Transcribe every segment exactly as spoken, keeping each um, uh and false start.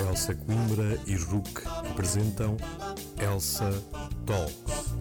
Elsa Coimbra e Ruc apresentam Elsa Talks.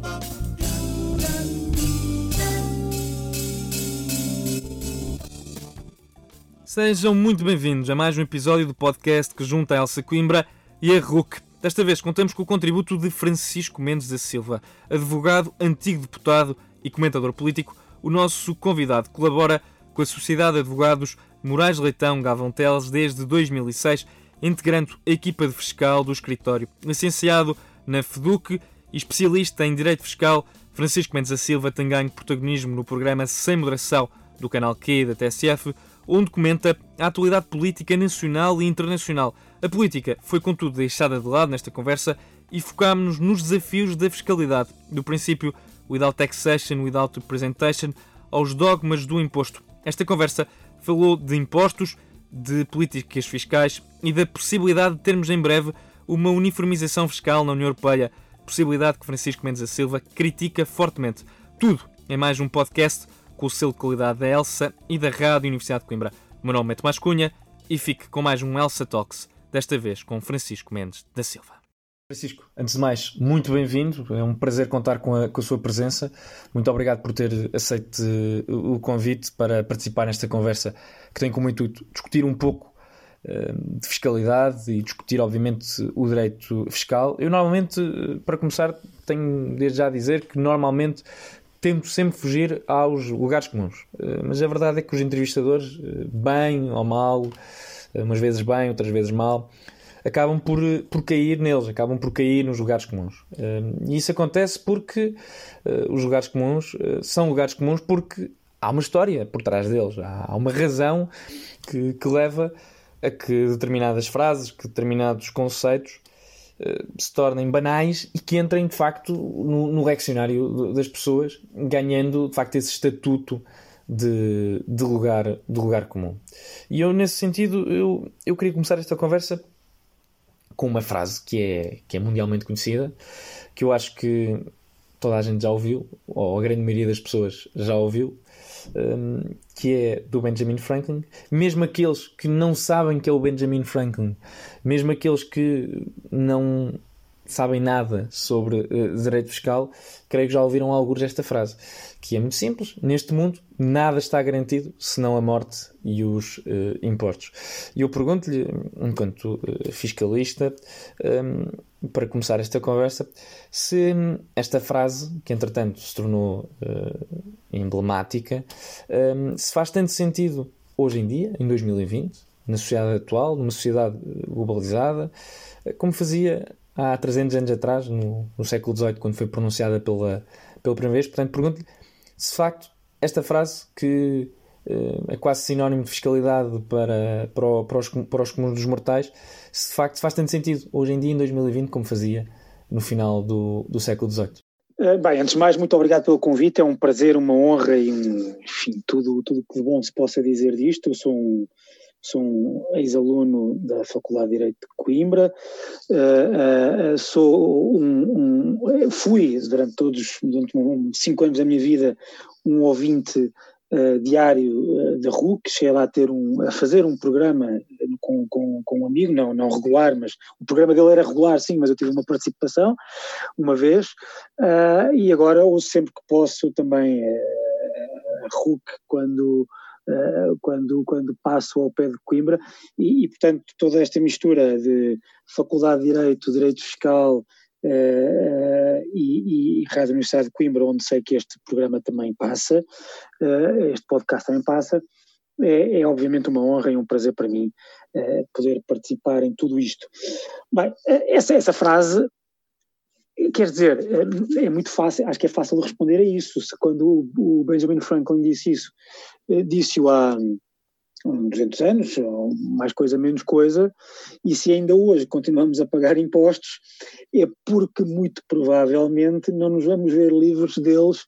Sejam muito bem-vindos a mais um episódio do podcast que junta a Elsa Coimbra e a Ruc. Desta vez contamos com o contributo de Francisco Mendes da Silva, advogado, antigo deputado e comentador político. O nosso convidado colabora com a Sociedade de Advogados Moraes Leitão Gavão Teles desde dois mil e seis, integrando a equipa de fiscal do escritório. Licenciado na F D U C e especialista em Direito Fiscal, Francisco Mendes da Silva tem ganho protagonismo no programa Sem Moderação do canal Q da T S F, onde comenta a atualidade política nacional e internacional. A política foi, contudo, deixada de lado nesta conversa e focámos-nos nos desafios da fiscalidade, do princípio without taxation, without representation, aos dogmas do imposto. Esta conversa falou de impostos, de políticas fiscais e da possibilidade de termos em breve uma uniformização fiscal na União Europeia, possibilidade que Francisco Mendes da Silva critica fortemente. Tudo em mais um podcast com o selo de qualidade da Elsa e da Rádio Universidade de Coimbra. O meu nome é Tomás Cunha e fique com mais um Elsa Talks, desta vez com Francisco Mendes da Silva. Francisco, antes de mais, muito bem-vindo. É um prazer contar com a, com a sua presença. Muito obrigado por ter aceito o convite para participar nesta conversa que tem como intuito discutir um pouco uh, de fiscalidade e discutir, obviamente, o direito fiscal. Eu, normalmente, para começar, tenho desde já a dizer que, normalmente, tento sempre fugir aos lugares comuns. Uh, mas a verdade é que os entrevistadores, uh, bem ou mal, uh, umas vezes bem, outras vezes mal, acabam por, por cair neles, acabam por cair nos lugares comuns. E isso acontece porque uh, os lugares comuns uh, são lugares comuns porque há uma história por trás deles, há, há uma razão que, que leva a que determinadas frases, que determinados conceitos uh, se tornem banais e que entrem de facto no, no lecionário das pessoas, ganhando de facto esse estatuto de, de, lugar, de lugar comum. E eu, nesse sentido, eu, eu queria começar esta conversa com uma frase que é, que é mundialmente conhecida, que eu acho que toda a gente já ouviu, ou a grande maioria das pessoas já ouviu, um, que é do Benjamin Franklin. Mesmo aqueles que não sabem que é o Benjamin Franklin, mesmo aqueles que não sabem nada sobre uh, direito fiscal, creio que já ouviram alguns desta frase, que é muito simples: neste mundo nada está garantido senão a morte e os uh, impostos. E eu pergunto-lhe, enquanto uh, fiscalista, um, para começar esta conversa, se esta frase, que entretanto se tornou uh, emblemática, um, se faz tanto sentido hoje em dia, em dois mil e vinte, na sociedade atual, numa sociedade globalizada, como fazia há trezentos anos atrás, no, no século dezoito, quando foi pronunciada pela, pela primeira vez. Portanto, pergunto-lhe se de facto esta frase, que uh, é quase sinónimo de fiscalidade para, para, o, para, os, para os comuns dos mortais, se de facto faz tanto sentido hoje em dia, em dois mil e vinte, como fazia no final do, do século dezoito. Bem, antes de mais, muito obrigado pelo convite. É um prazer, uma honra e um, enfim, tudo, tudo que de bom se possa dizer disto. Eu sou um Sou um ex-aluno da Faculdade de Direito de Coimbra, uh, uh, sou um, um, fui durante todos, durante cinco anos da minha vida, um ouvinte uh, diário uh, da R U C. Cheguei lá a, ter um, a fazer um programa com, com, com um amigo, não, não regular, mas o programa dele era regular, sim, mas eu tive uma participação uma vez, uh, e agora ouço sempre que posso também uh, a R U C quando... Uh, quando, quando passo ao pé de Coimbra e, e, portanto, toda esta mistura de Faculdade de Direito, Direito Fiscal uh, uh, e, e Rádio Universidade de Coimbra, onde sei que este programa também passa, uh, este podcast também passa, é, é obviamente uma honra e um prazer para mim uh, poder participar em tudo isto. Bem, essa, essa frase, quer dizer, é muito fácil, acho que é fácil de responder a isso. Se quando o Benjamin Franklin disse isso, disse-o há duzentos anos, ou mais coisa, menos coisa, e se ainda hoje continuamos a pagar impostos, é porque muito provavelmente não nos vamos ver livres deles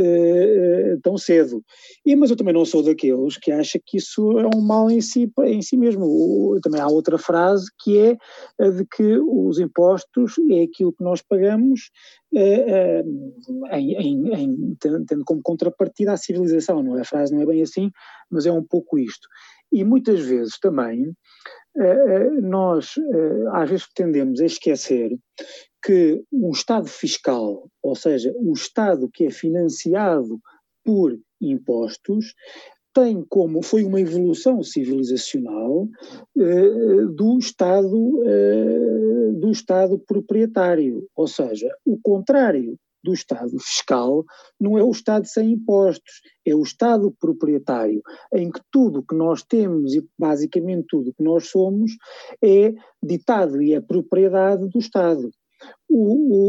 eh, tão cedo. E, mas eu também não sou daqueles que acha que isso é um mal em si, em si mesmo. O, também há outra frase que é a de que os impostos é aquilo que nós pagamos eh, eh, em, em, em, tendo como contrapartida a civilização. Não é? A frase não é bem assim, mas é um pouco isto. E muitas vezes também nós às vezes tendemos a esquecer que um Estado fiscal, ou seja, o Estado que é financiado por impostos, tem como, foi uma evolução civilizacional eh, do Estado, eh, do Estado proprietário, ou seja, o contrário do Estado fiscal não é o Estado sem impostos, é o Estado proprietário, em que tudo o que nós temos e basicamente tudo o que nós somos é ditado e é propriedade do Estado. O,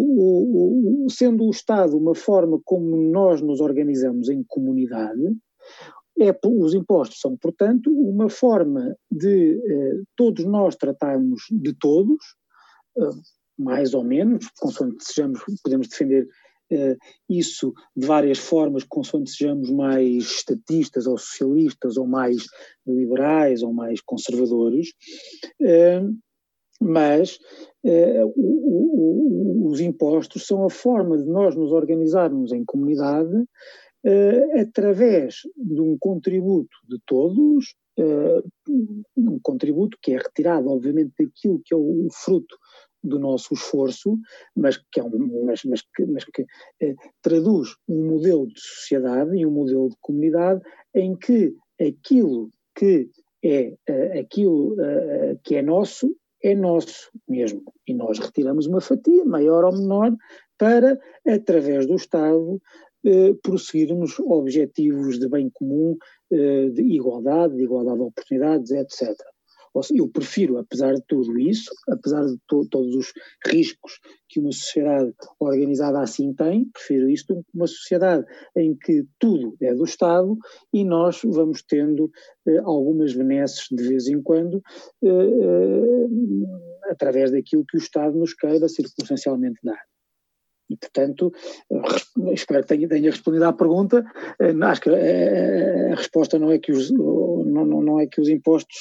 o, o, sendo o Estado uma forma como nós nos organizamos em comunidade, é, os impostos são, portanto, uma forma de eh, todos nós tratarmos de todos, eh, mais ou menos, consoante sejamos, podemos defender eh, isso de várias formas, consoante sejamos mais estatistas ou socialistas, ou mais liberais, ou mais conservadores, eh, mas eh, o, o, os impostos são a forma de nós nos organizarmos em comunidade Uh, através de um contributo de todos, uh, um contributo que é retirado, obviamente, daquilo que é o, o fruto do nosso esforço, mas que, é um, mas, mas que, mas que uh, traduz um modelo de sociedade e um modelo de comunidade em que aquilo que é, uh, aquilo, uh, que é nosso é nosso mesmo, e nós retiramos uma fatia, maior ou menor, para, através do Estado, Eh, prosseguirmos objetivos de bem comum, eh, de igualdade, de igualdade de oportunidades, etcétera. Ou seja, eu prefiro, apesar de tudo isso, apesar de to- todos os riscos que uma sociedade organizada assim tem, prefiro isto do que uma sociedade em que tudo é do Estado e nós vamos tendo eh, algumas benesses de vez em quando, eh, eh, através daquilo que o Estado nos queira circunstancialmente dar. E, portanto, espero que tenha, tenha respondido à pergunta. Acho que a, a resposta não é que os, não, não é que os impostos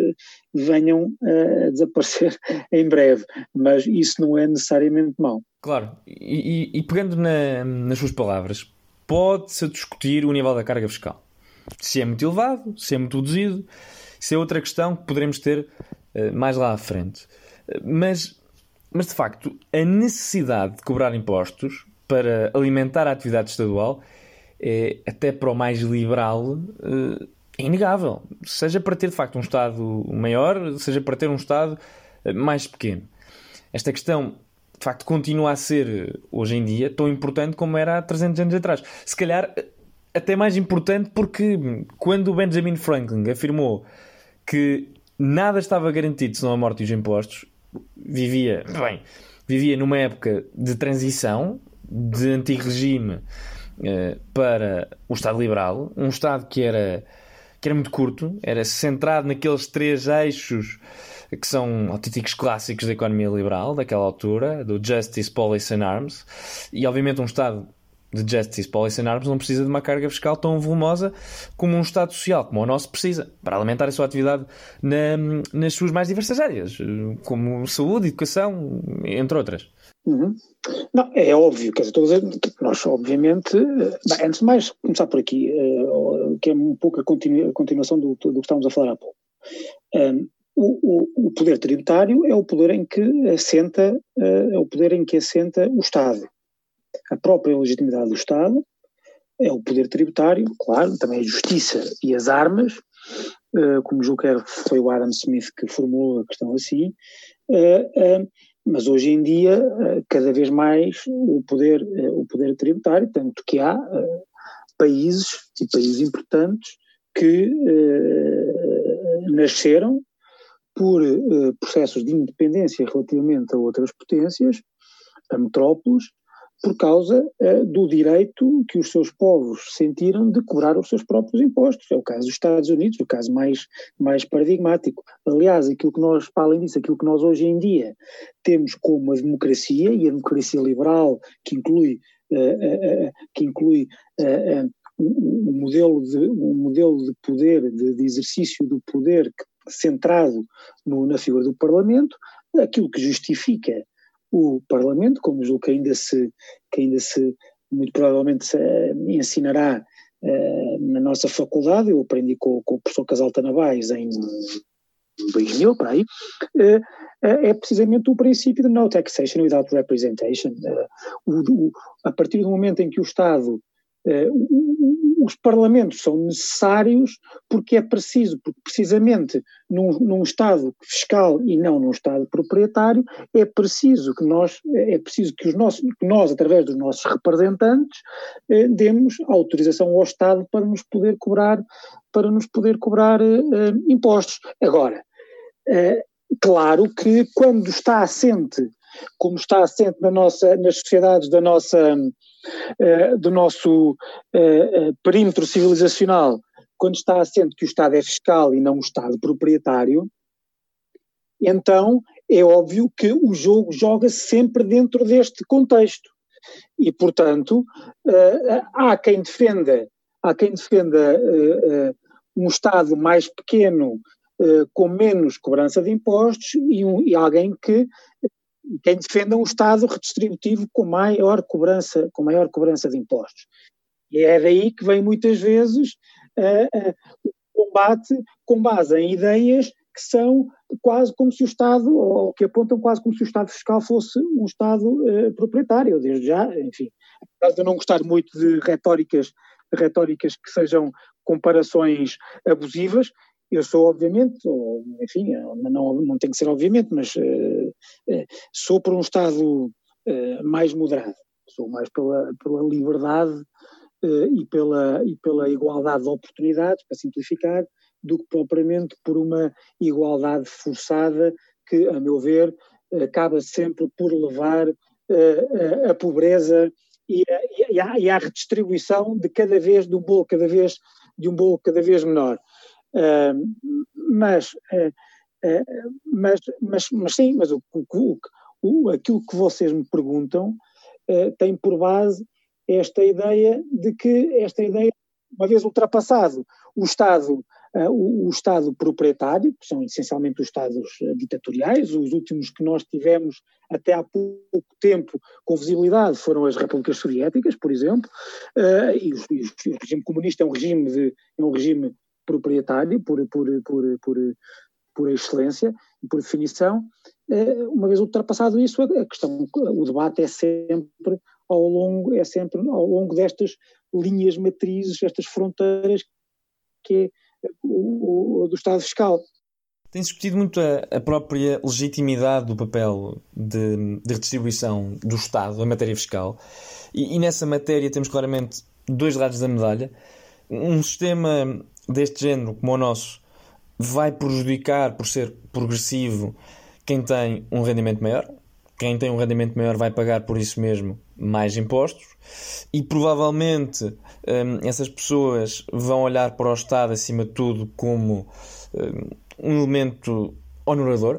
venham a desaparecer em breve, mas isso não é necessariamente mau. Claro, e, e, e pegando na, nas suas palavras, pode-se discutir o nível da carga fiscal. Se é muito elevado, se é muito reduzido, isso é outra questão que poderemos ter uh, mais lá à frente. Mas... Mas, de facto, a necessidade de cobrar impostos para alimentar a atividade estadual é, até para o mais liberal, é inegável. Seja para ter, de facto, um Estado maior, seja para ter um Estado mais pequeno. Esta questão, de facto, continua a ser, hoje em dia, tão importante como era há trezentos anos atrás. Se calhar, até mais importante porque quando o Benjamin Franklin afirmou que nada estava garantido senão a morte e os impostos, vivia, bem, vivia numa época de transição, de antigo regime uh, para o Estado liberal, um Estado que era, que era muito curto, era centrado naqueles três eixos que são autênticos clássicos da economia liberal daquela altura, do Justice, Policy and Arms, e obviamente um Estado de Justice, Policy and Arms não precisa de uma carga fiscal tão volumosa como um Estado social, como o nosso precisa, para alimentar a sua atividade na, nas suas mais diversas áreas, como saúde, educação, entre outras. Uhum. Não, é óbvio, quer dizer, estou a dizer que nós, obviamente, bem, antes de mais, começar por aqui, uh, que é um pouco a, continu, a continuação do, do que estávamos a falar há pouco. Um, o, o, o poder tributário é o poder em que assenta, uh, é o poder em que assenta o Estado. A própria legitimidade do Estado é o poder tributário, claro, também a justiça e as armas, como julgo que foi o Adam Smith que formulou a questão assim, mas hoje em dia cada vez mais o poder, o poder tributário, tanto que há países, e países importantes, que nasceram por processos de independência relativamente a outras potências, a metrópoles, por causa uh, do direito que os seus povos sentiram de cobrar os seus próprios impostos. É o caso dos Estados Unidos, o caso mais, mais paradigmático. Aliás, aquilo que nós, para além disso, aquilo que nós hoje em dia temos como a democracia, e a democracia liberal, que inclui, uh, uh, uh, que inclui uh, uh, um, um, modelo de, um modelo de poder, de, de exercício do poder que, centrado no, na figura do Parlamento, aquilo que justifica o Parlamento, como julgo que ainda se, que ainda se muito provavelmente se, uh, ensinará uh, na nossa faculdade. Eu aprendi com, com o professor Casal Tanabais em dois mil, para aí, uh, é precisamente o princípio de no taxation without representation. Uh, o, o, a partir do momento em que o Estado, uh, os parlamentos são necessários porque é preciso, porque precisamente num, num Estado fiscal e não num Estado proprietário, é preciso que nós, é preciso que, os nossos, que nós, através dos nossos representantes, uh, demos autorização ao Estado para nos poder cobrar, para nos poder cobrar uh, impostos. Agora, uh, claro que quando está assente, como está assente na nossa, nas sociedades da nossa, uh, do nosso uh, uh, perímetro civilizacional, quando está assente que o Estado é fiscal e não um Estado proprietário, então é óbvio que o jogo joga-se sempre dentro deste contexto. E, portanto, uh, há quem defenda, há quem defenda uh, uh, um Estado mais pequeno, Uh, com menos cobrança de impostos e, um, e alguém que quem defenda um Estado redistributivo com maior cobrança, com maior cobrança de impostos. E é daí que vem muitas vezes uh, uh, o combate com base em ideias que são quase como se o Estado, ou que apontam quase como se o Estado fiscal fosse um Estado uh, proprietário, desde já, enfim. Apesar de eu não gostar muito de retóricas, de retóricas que sejam comparações abusivas, eu sou, obviamente, ou, enfim, não, não tem que ser obviamente, mas uh, uh, sou por um Estado uh, mais moderado, sou mais pela, pela liberdade uh, e, pela, e pela igualdade de oportunidades, para simplificar, do que propriamente por uma igualdade forçada que, a meu ver, acaba sempre por levar uh, a, a pobreza e a, e, a, e à redistribuição de cada vez, de um bolo cada vez, de um bolo cada vez menor. Uh, mas, uh, uh, mas, mas, mas sim, mas o, o, o, aquilo que vocês me perguntam uh, tem por base esta ideia de que, esta ideia, uma vez ultrapassado o Estado, uh, o, o Estado proprietário, que são essencialmente os Estados ditatoriais, os últimos que nós tivemos até há pouco tempo com visibilidade foram as repúblicas soviéticas, por exemplo, uh, e, os, e o regime comunista é um regime, de, é um regime proprietário por, por, por, por, por excelência e por definição. Uma vez ultrapassado isso, a questão, o debate é sempre ao longo, é sempre ao longo destas linhas matrizes, estas fronteiras que é o, o do Estado fiscal. Tem discutido muito a, a própria legitimidade do papel de, de redistribuição do Estado em matéria fiscal e, e nessa matéria temos claramente dois lados da medalha. Um sistema deste género, como o nosso, vai prejudicar, por ser progressivo, quem tem um rendimento maior. Quem tem um rendimento maior vai pagar, por isso mesmo, mais impostos. E, provavelmente, um, essas pessoas vão olhar para o Estado, acima de tudo, como um, um elemento honorador.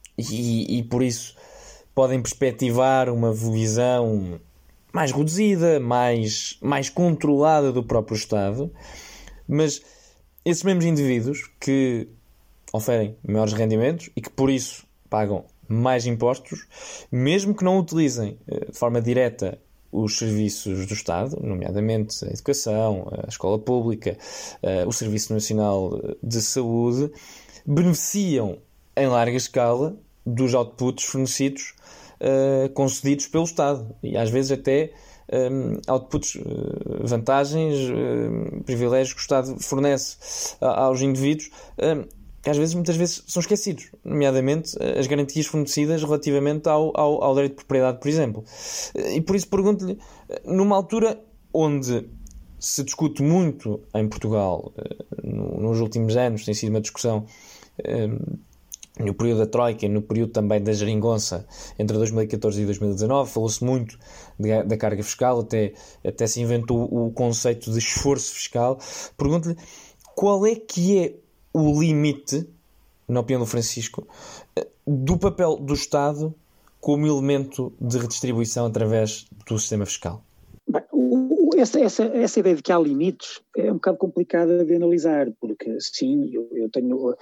E, e, por isso, podem perspectivar uma visão mais reduzida, mais, mais controlada do próprio Estado. Mas esses mesmos indivíduos que oferem maiores rendimentos e que por isso pagam mais impostos, mesmo que não utilizem de forma direta os serviços do Estado, nomeadamente a educação, a escola pública, o Serviço Nacional de Saúde, beneficiam em larga escala dos outputs fornecidos, concedidos pelo Estado e às vezes até Um, outputs, vantagens, um, privilégios que o Estado fornece a, aos indivíduos, um, que às vezes, muitas vezes, são esquecidos, nomeadamente as garantias fornecidas relativamente ao, ao, ao direito de propriedade, por exemplo. E por isso pergunto-lhe, numa altura onde se discute muito em Portugal, no, nos últimos anos, tem sido uma discussão um, no período da Troika e no período também da geringonça entre dois mil e catorze e dois mil e dezanove, falou-se muito de, da carga fiscal, até, até se inventou o conceito de esforço fiscal. Pergunto-lhe qual é que é o limite, na opinião do Francisco, do papel do Estado como elemento de redistribuição através do sistema fiscal? Bem, o, o, essa, essa, essa ideia de que há limites é um bocado complicada de analisar, porque sim, eu, eu tenho... Uh,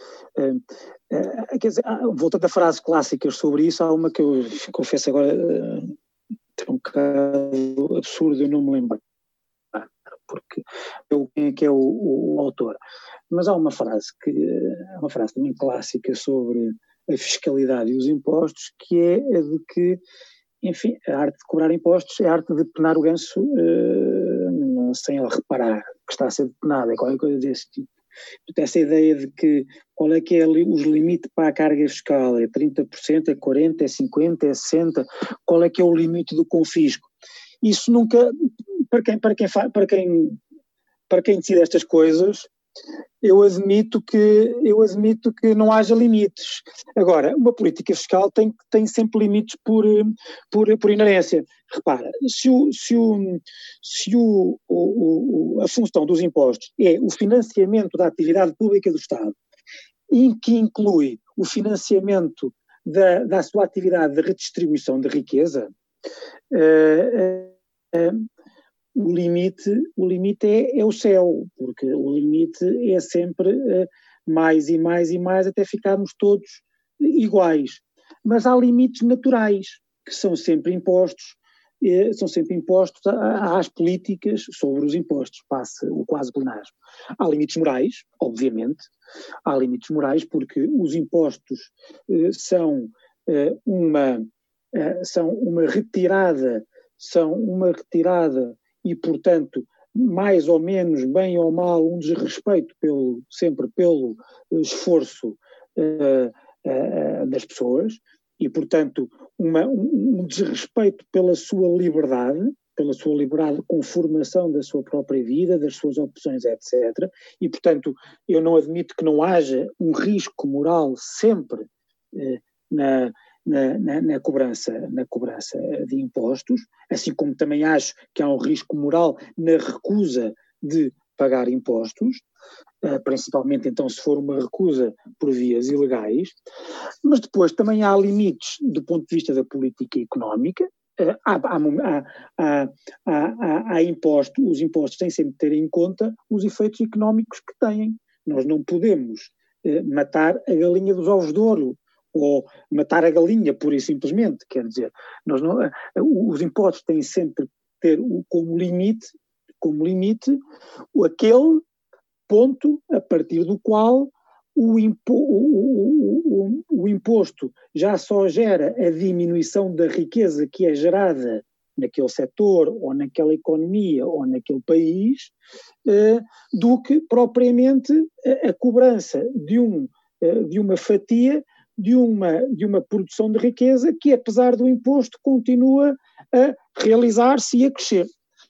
uh, quer dizer, voltando a frases clássicas sobre isso, há uma que eu confesso agora uh, é um bocado absurdo, eu não me lembro. porque quem é que é o, o, o autor. Mas há uma frase, que, uma frase também clássica sobre a fiscalidade e os impostos, que é a de que, enfim, a arte de cobrar impostos é a arte de penar o ganso uh, sem ele reparar que está a ser penado, é qualquer coisa desse tipo. Portanto, essa ideia de que qual é que é os limites para a carga fiscal, é trinta por cento, é quarenta por cento, é cinquenta por cento, é sessenta por cento, qual é que é o limite do confisco? Isso nunca, para quem, para quem, para quem, para quem decide estas coisas, eu admito que, eu admito que não haja limites. Agora, uma política fiscal tem, tem sempre limites por, por, por inerência. Repara, se, o, se, o, se o, o, a função dos impostos é o financiamento da atividade pública do Estado, em que inclui o financiamento da, da sua atividade de redistribuição de riqueza, uh, uh, uh, O limite, o limite é, é o céu, porque o limite é sempre uh, mais e mais e mais até ficarmos todos iguais. Mas há limites naturais, que são sempre impostos, eh, são sempre impostos a, às políticas sobre os impostos, passe o quase plenário. Há limites morais, obviamente, há limites morais porque os impostos eh, são, eh, uma, eh, são uma retirada, são uma retirada e, portanto, mais ou menos, bem ou mal, um desrespeito pelo, sempre pelo esforço uh, uh, das pessoas e, portanto, uma, um desrespeito pela sua liberdade, pela sua liberdade com formação da sua própria vida, das suas opções, etcétera. E, portanto, eu não admito que não haja um risco moral sempre uh, na Na, na, na, cobrança, na cobrança de impostos, assim como também acho que há um risco moral na recusa de pagar impostos, uh, principalmente então se for uma recusa por vias ilegais, mas depois também há limites do ponto de vista da política económica, uh, há, há, há, há, há impostos, os impostos têm sempre de ter em conta os efeitos económicos que têm. Nós não podemos uh, matar a galinha dos ovos de ouro, ou matar a galinha, pura e simplesmente, quer dizer, nós não, os impostos têm sempre de ter como limite, como limite aquele ponto a partir do qual o, impo, o, o, o, o imposto já só gera a diminuição da riqueza que é gerada naquele setor, ou naquela economia, ou naquele país, eh, do que propriamente a, a cobrança de, um, eh, de uma fatia De uma, de uma produção de riqueza que, apesar do imposto, continua a realizar-se e a crescer.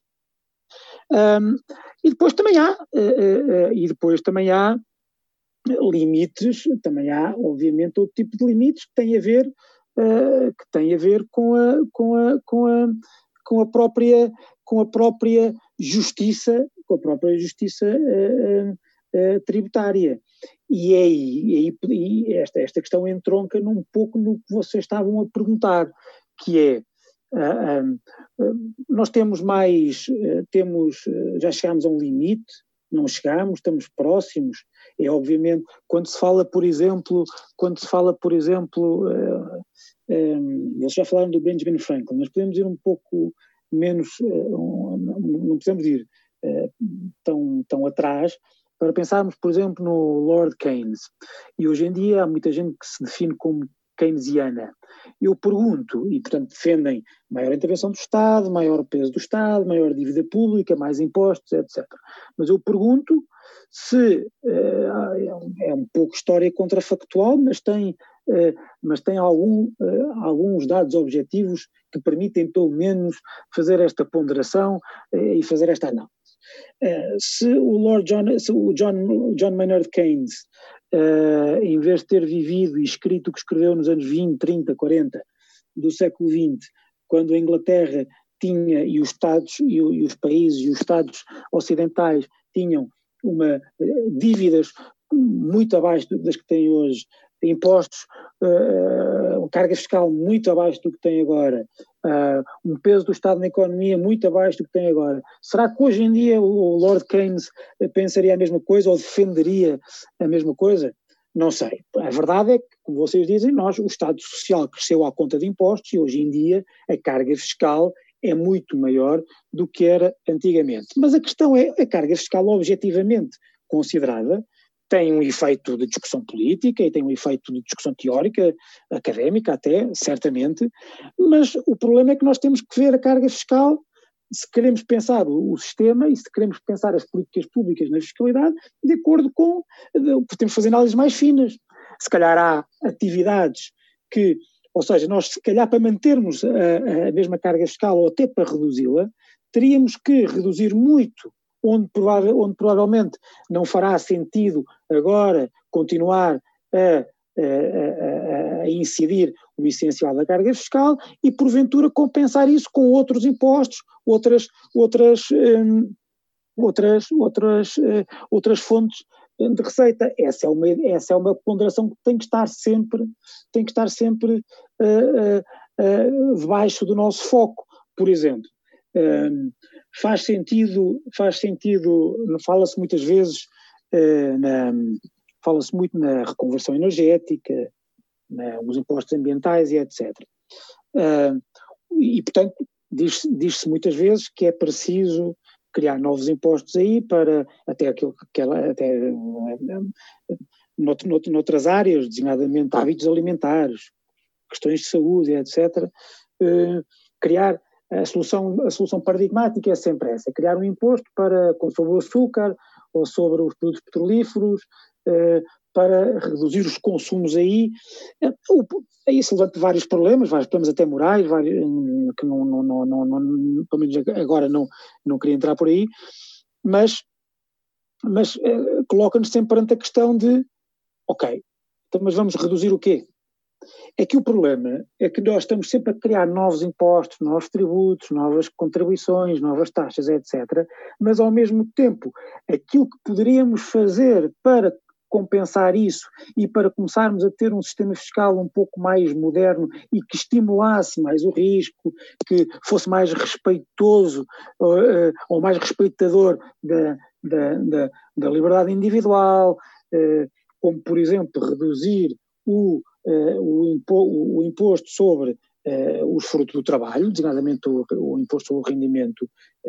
Um, e depois também há, uh, uh, e depois também há limites, também há, obviamente, outro tipo de limites que têm a ver, uh, que têm a ver com a, com a, com a, com a própria, com a própria justiça, com a própria justiça uh, uh, tributária. E é aí, e esta, esta questão entronca num pouco no que vocês estavam a perguntar, que é, uh, uh, nós temos mais, uh, temos, uh, já chegámos a um limite, não chegamos, estamos próximos, é obviamente, quando se fala, por exemplo, quando se fala, por exemplo, uh, um, eles já falaram do Benjamin Franklin, nós podemos ir um pouco menos, uh, não, não precisamos ir uh, tão, tão atrás, para pensarmos, por exemplo, no Lord Keynes. E hoje em dia há muita gente que se define como keynesiana. Eu pergunto, e portanto defendem maior intervenção do Estado, maior peso do Estado, maior dívida pública, mais impostos, etcétera. Mas eu pergunto se, uh, é um pouco história contrafactual, mas tem, uh, mas tem algum, uh, alguns dados objetivos que permitem pelo menos fazer esta ponderação uh, e fazer esta análise. Uh, se o Lord John, se o John, John Maynard Keynes, uh, em vez de ter vivido e escrito o que escreveu nos anos vinte, trinta, quarenta do século vinte, quando a Inglaterra tinha, e os Estados, e, e os países, e os Estados ocidentais tinham uma, uh, dívidas muito abaixo das que têm hoje, impostos, uh, carga fiscal muito abaixo do que tem agora, uh, um peso do Estado na economia muito abaixo do que tem agora. Será que hoje em dia o Lord Keynes pensaria a mesma coisa ou defenderia a mesma coisa? Não sei. A verdade é que, como vocês dizem, nós, o Estado Social cresceu à conta de impostos e hoje em dia a carga fiscal é muito maior do que era antigamente. Mas a questão é, a carga fiscal objetivamente considerada tem um efeito de discussão política e tem um efeito de discussão teórica, académica até, certamente, mas o problema é que nós temos que ver a carga fiscal, se queremos pensar o, o sistema e se queremos pensar as políticas públicas na fiscalidade, de acordo com, de, temos que fazer análises mais finas. Se calhar há atividades que, ou seja, nós se calhar para mantermos a, a mesma carga fiscal ou até para reduzi-la, teríamos que reduzir muito Onde, provável, onde provavelmente não fará sentido agora continuar a, a, a incidir o essencial da carga fiscal e porventura compensar isso com outros impostos, outras, outras, hum, outras, outras, uh, outras fontes de receita. Essa é uma, essa é uma ponderação que tem que estar sempre, tem que estar sempre uh, uh, uh, debaixo do nosso foco. Por exemplo, um, faz sentido, faz sentido, fala-se muitas vezes, uh, na, fala-se muito na reconversão energética, na, nos impostos ambientais e etcétera. Uh, e, portanto, diz, diz-se muitas vezes que é preciso criar novos impostos aí para, até aquilo que ela, até, nout, nout, noutras áreas, designadamente hábitos alimentares, questões de saúde, etcétera, uh, criar A solução, a solução paradigmática é sempre essa, criar um imposto para, sobre o açúcar ou sobre os produtos petrolíferos, eh, para reduzir os consumos aí. Eh, aí se levanta vários problemas, vários problemas até morais, vários, que não, não, não, não, não, pelo menos agora não, não queria entrar por aí, mas, mas eh, coloca-nos sempre perante a questão de, ok, então, mas vamos reduzir o quê? É que o problema é que nós estamos sempre a criar novos impostos, novos tributos, novas contribuições, novas taxas, etcétera, mas ao mesmo tempo aquilo que poderíamos fazer para compensar isso e para começarmos a ter um sistema fiscal um pouco mais moderno e que estimulasse mais o risco, que fosse mais respeitoso ou, ou mais respeitador da, da, da, da liberdade individual, como por exemplo reduzir o Uh, o, impo, o imposto sobre uh, os frutos do trabalho, designadamente o, o imposto sobre o rendimento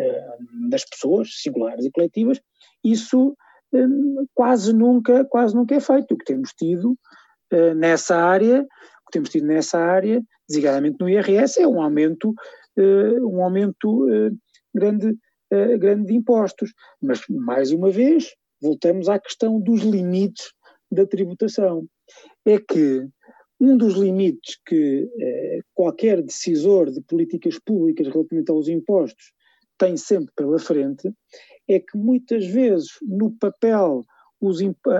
uh, das pessoas, singulares e coletivas, isso um, quase nunca, quase nunca é feito. O que temos tido uh, nessa área, o que temos tido nessa área, designadamente no I R S, é um aumento, uh, um aumento uh, grande, uh, grande de impostos. Mas, mais uma vez, voltamos à questão dos limites da tributação. É que um dos limites que eh, qualquer decisor de políticas públicas relativamente aos impostos tem sempre pela frente é que muitas vezes no papel os,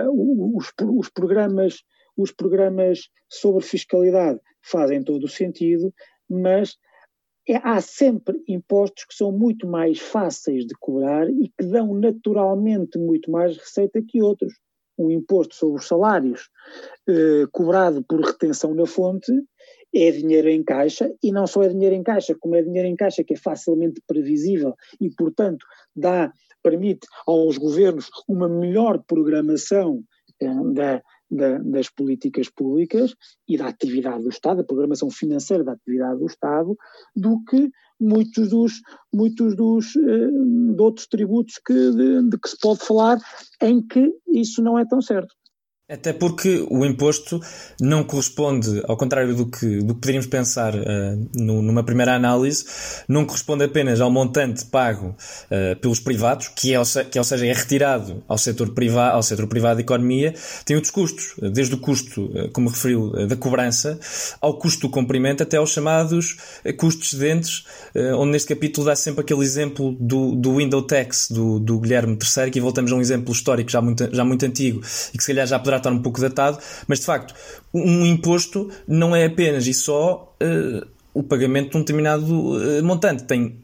os, os, programas, os programas sobre fiscalidade fazem todo o sentido, mas é, há sempre impostos que são muito mais fáceis de cobrar e que dão naturalmente muito mais receita que outros. Um imposto sobre os salários eh, cobrado por retenção na fonte é dinheiro em caixa, e não só é dinheiro em caixa, como é dinheiro em caixa que é facilmente previsível e, portanto, dá, permite aos governos uma melhor programação eh, da, da, das políticas públicas e da atividade do Estado, a programação financeira da atividade do Estado, do que muitos dos, muitos dos uh, de outros tributos que, de, de que se pode falar em que isso não é tão certo. Até porque o imposto não corresponde, ao contrário do que, do que poderíamos pensar uh, no, numa primeira análise, não corresponde apenas ao montante pago uh, pelos privados, que, é, que ou seja, é retirado ao setor, privado, ao setor privado da economia, tem outros custos, desde o custo, uh, como referiu, uh, da cobrança, ao custo do cumprimento, até aos chamados uh, custos excedentes, uh, onde neste capítulo dá sempre aquele exemplo do, do window tax, do, do Guilherme terceiro, que voltamos a um exemplo histórico já muito, já muito antigo, e que se calhar já poderá estar um pouco datado, mas de facto um imposto não é apenas e só uh, o pagamento de um determinado uh, montante, tem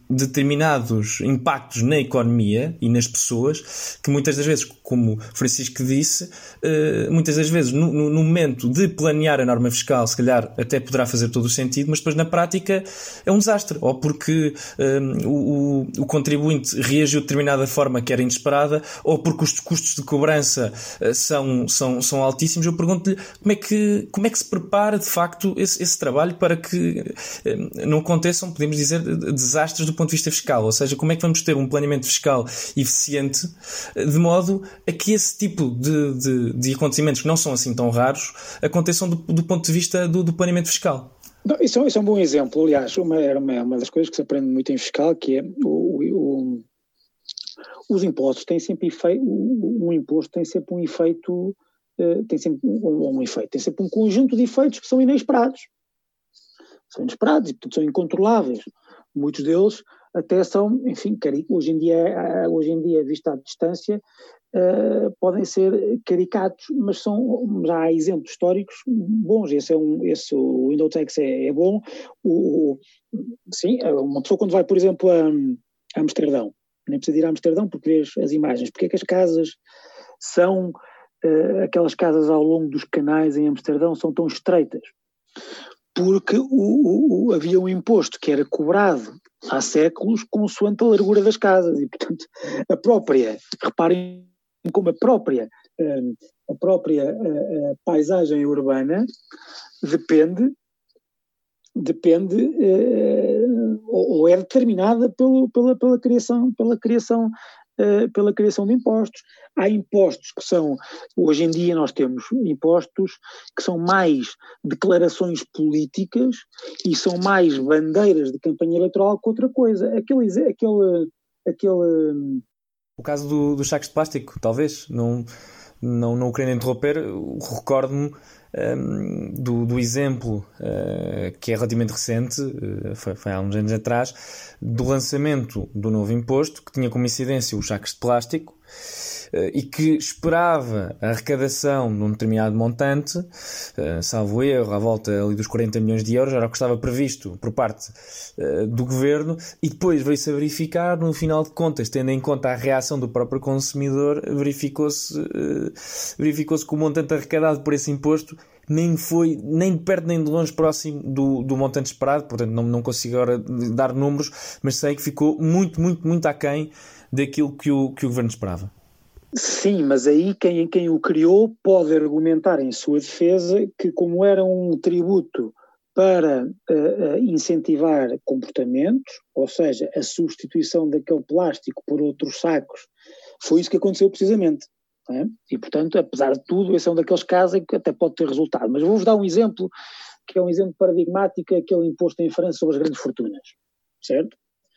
determinados impactos na economia e nas pessoas, que muitas das vezes, como Francisco disse, muitas das vezes no, no momento de planear a norma fiscal, se calhar até poderá fazer todo o sentido, mas depois na prática é um desastre, ou porque um, o, o contribuinte reagiu de determinada forma que era inesperada, ou porque os custos de cobrança são, são, são altíssimos. Eu pergunto-lhe como é que, como é que se prepara de facto esse, esse trabalho para que um, não aconteçam, podemos dizer, desastres do ponto de vista fiscal, ou seja, como é que vamos ter um planeamento fiscal eficiente de modo a que esse tipo de, de, de acontecimentos que não são assim tão raros aconteçam do, do ponto de vista do, do planeamento fiscal. Não, isso, isso é um bom exemplo. Aliás, uma, uma, uma das coisas que se aprende muito em fiscal, que é o, o, os impostos têm sempre efeito, um imposto tem sempre um efeito, uh, tem sempre um, um efeito, tem sempre um conjunto de efeitos que são inesperados. São inesperados e, portanto, são incontroláveis. Muitos deles até são, enfim, hoje em dia, hoje em dia visto à distância, uh, podem ser caricatos, mas são, já há exemplos históricos bons. Esse é um, esse, o Window Tax é, é bom. O, o, sim, uma pessoa quando vai, por exemplo, a, a Amsterdão, nem precisa ir a Amsterdão porque vês as imagens, porque é que as casas são, uh, aquelas casas ao longo dos canais em Amsterdão são tão estreitas? Porque o, o, o, havia um imposto que era cobrado há séculos consoante a largura das casas e, portanto, a própria, reparem como a própria, a própria a, a paisagem urbana depende, depende uh, ou, ou é determinada pelo, pela, pela criação, pela criação Uh, pela criação de impostos. Há impostos que são, hoje em dia nós temos impostos que são mais declarações políticas e são mais bandeiras de campanha eleitoral que outra coisa. Aquele, aquele, aquele... O caso do, dos sacos de plástico, talvez, não, não, não o querendo interromper, recordo-me um, do, do exemplo uh, que é relativamente recente, uh, foi, foi há uns anos atrás, do lançamento do novo imposto, que tinha como incidência os sacos de plástico uh, e que esperava a arrecadação de um determinado montante, uh, salvo erro, à volta ali dos quarenta milhões de euros, era o que estava previsto por parte uh, do governo, e depois veio-se a verificar, no final de contas, tendo em conta a reação do próprio consumidor, verificou-se, uh, verificou-se que o montante arrecadado por esse imposto nem foi nem de perto nem de longe próximo do, do montante esperado, portanto não, não consigo agora dar números, mas sei que ficou muito, muito, muito aquém daquilo que o, que o governo esperava. Sim, mas aí quem, quem o criou pode argumentar em sua defesa que, como era um tributo para uh, incentivar comportamentos, ou seja, a substituição daquele plástico por outros sacos, foi isso que aconteceu precisamente. É? E, portanto, apesar de tudo, esse é um daqueles casos em que até pode ter resultado. Mas vou-vos dar um exemplo, que é um exemplo paradigmático, aquele imposto em França sobre as grandes fortunas, certo?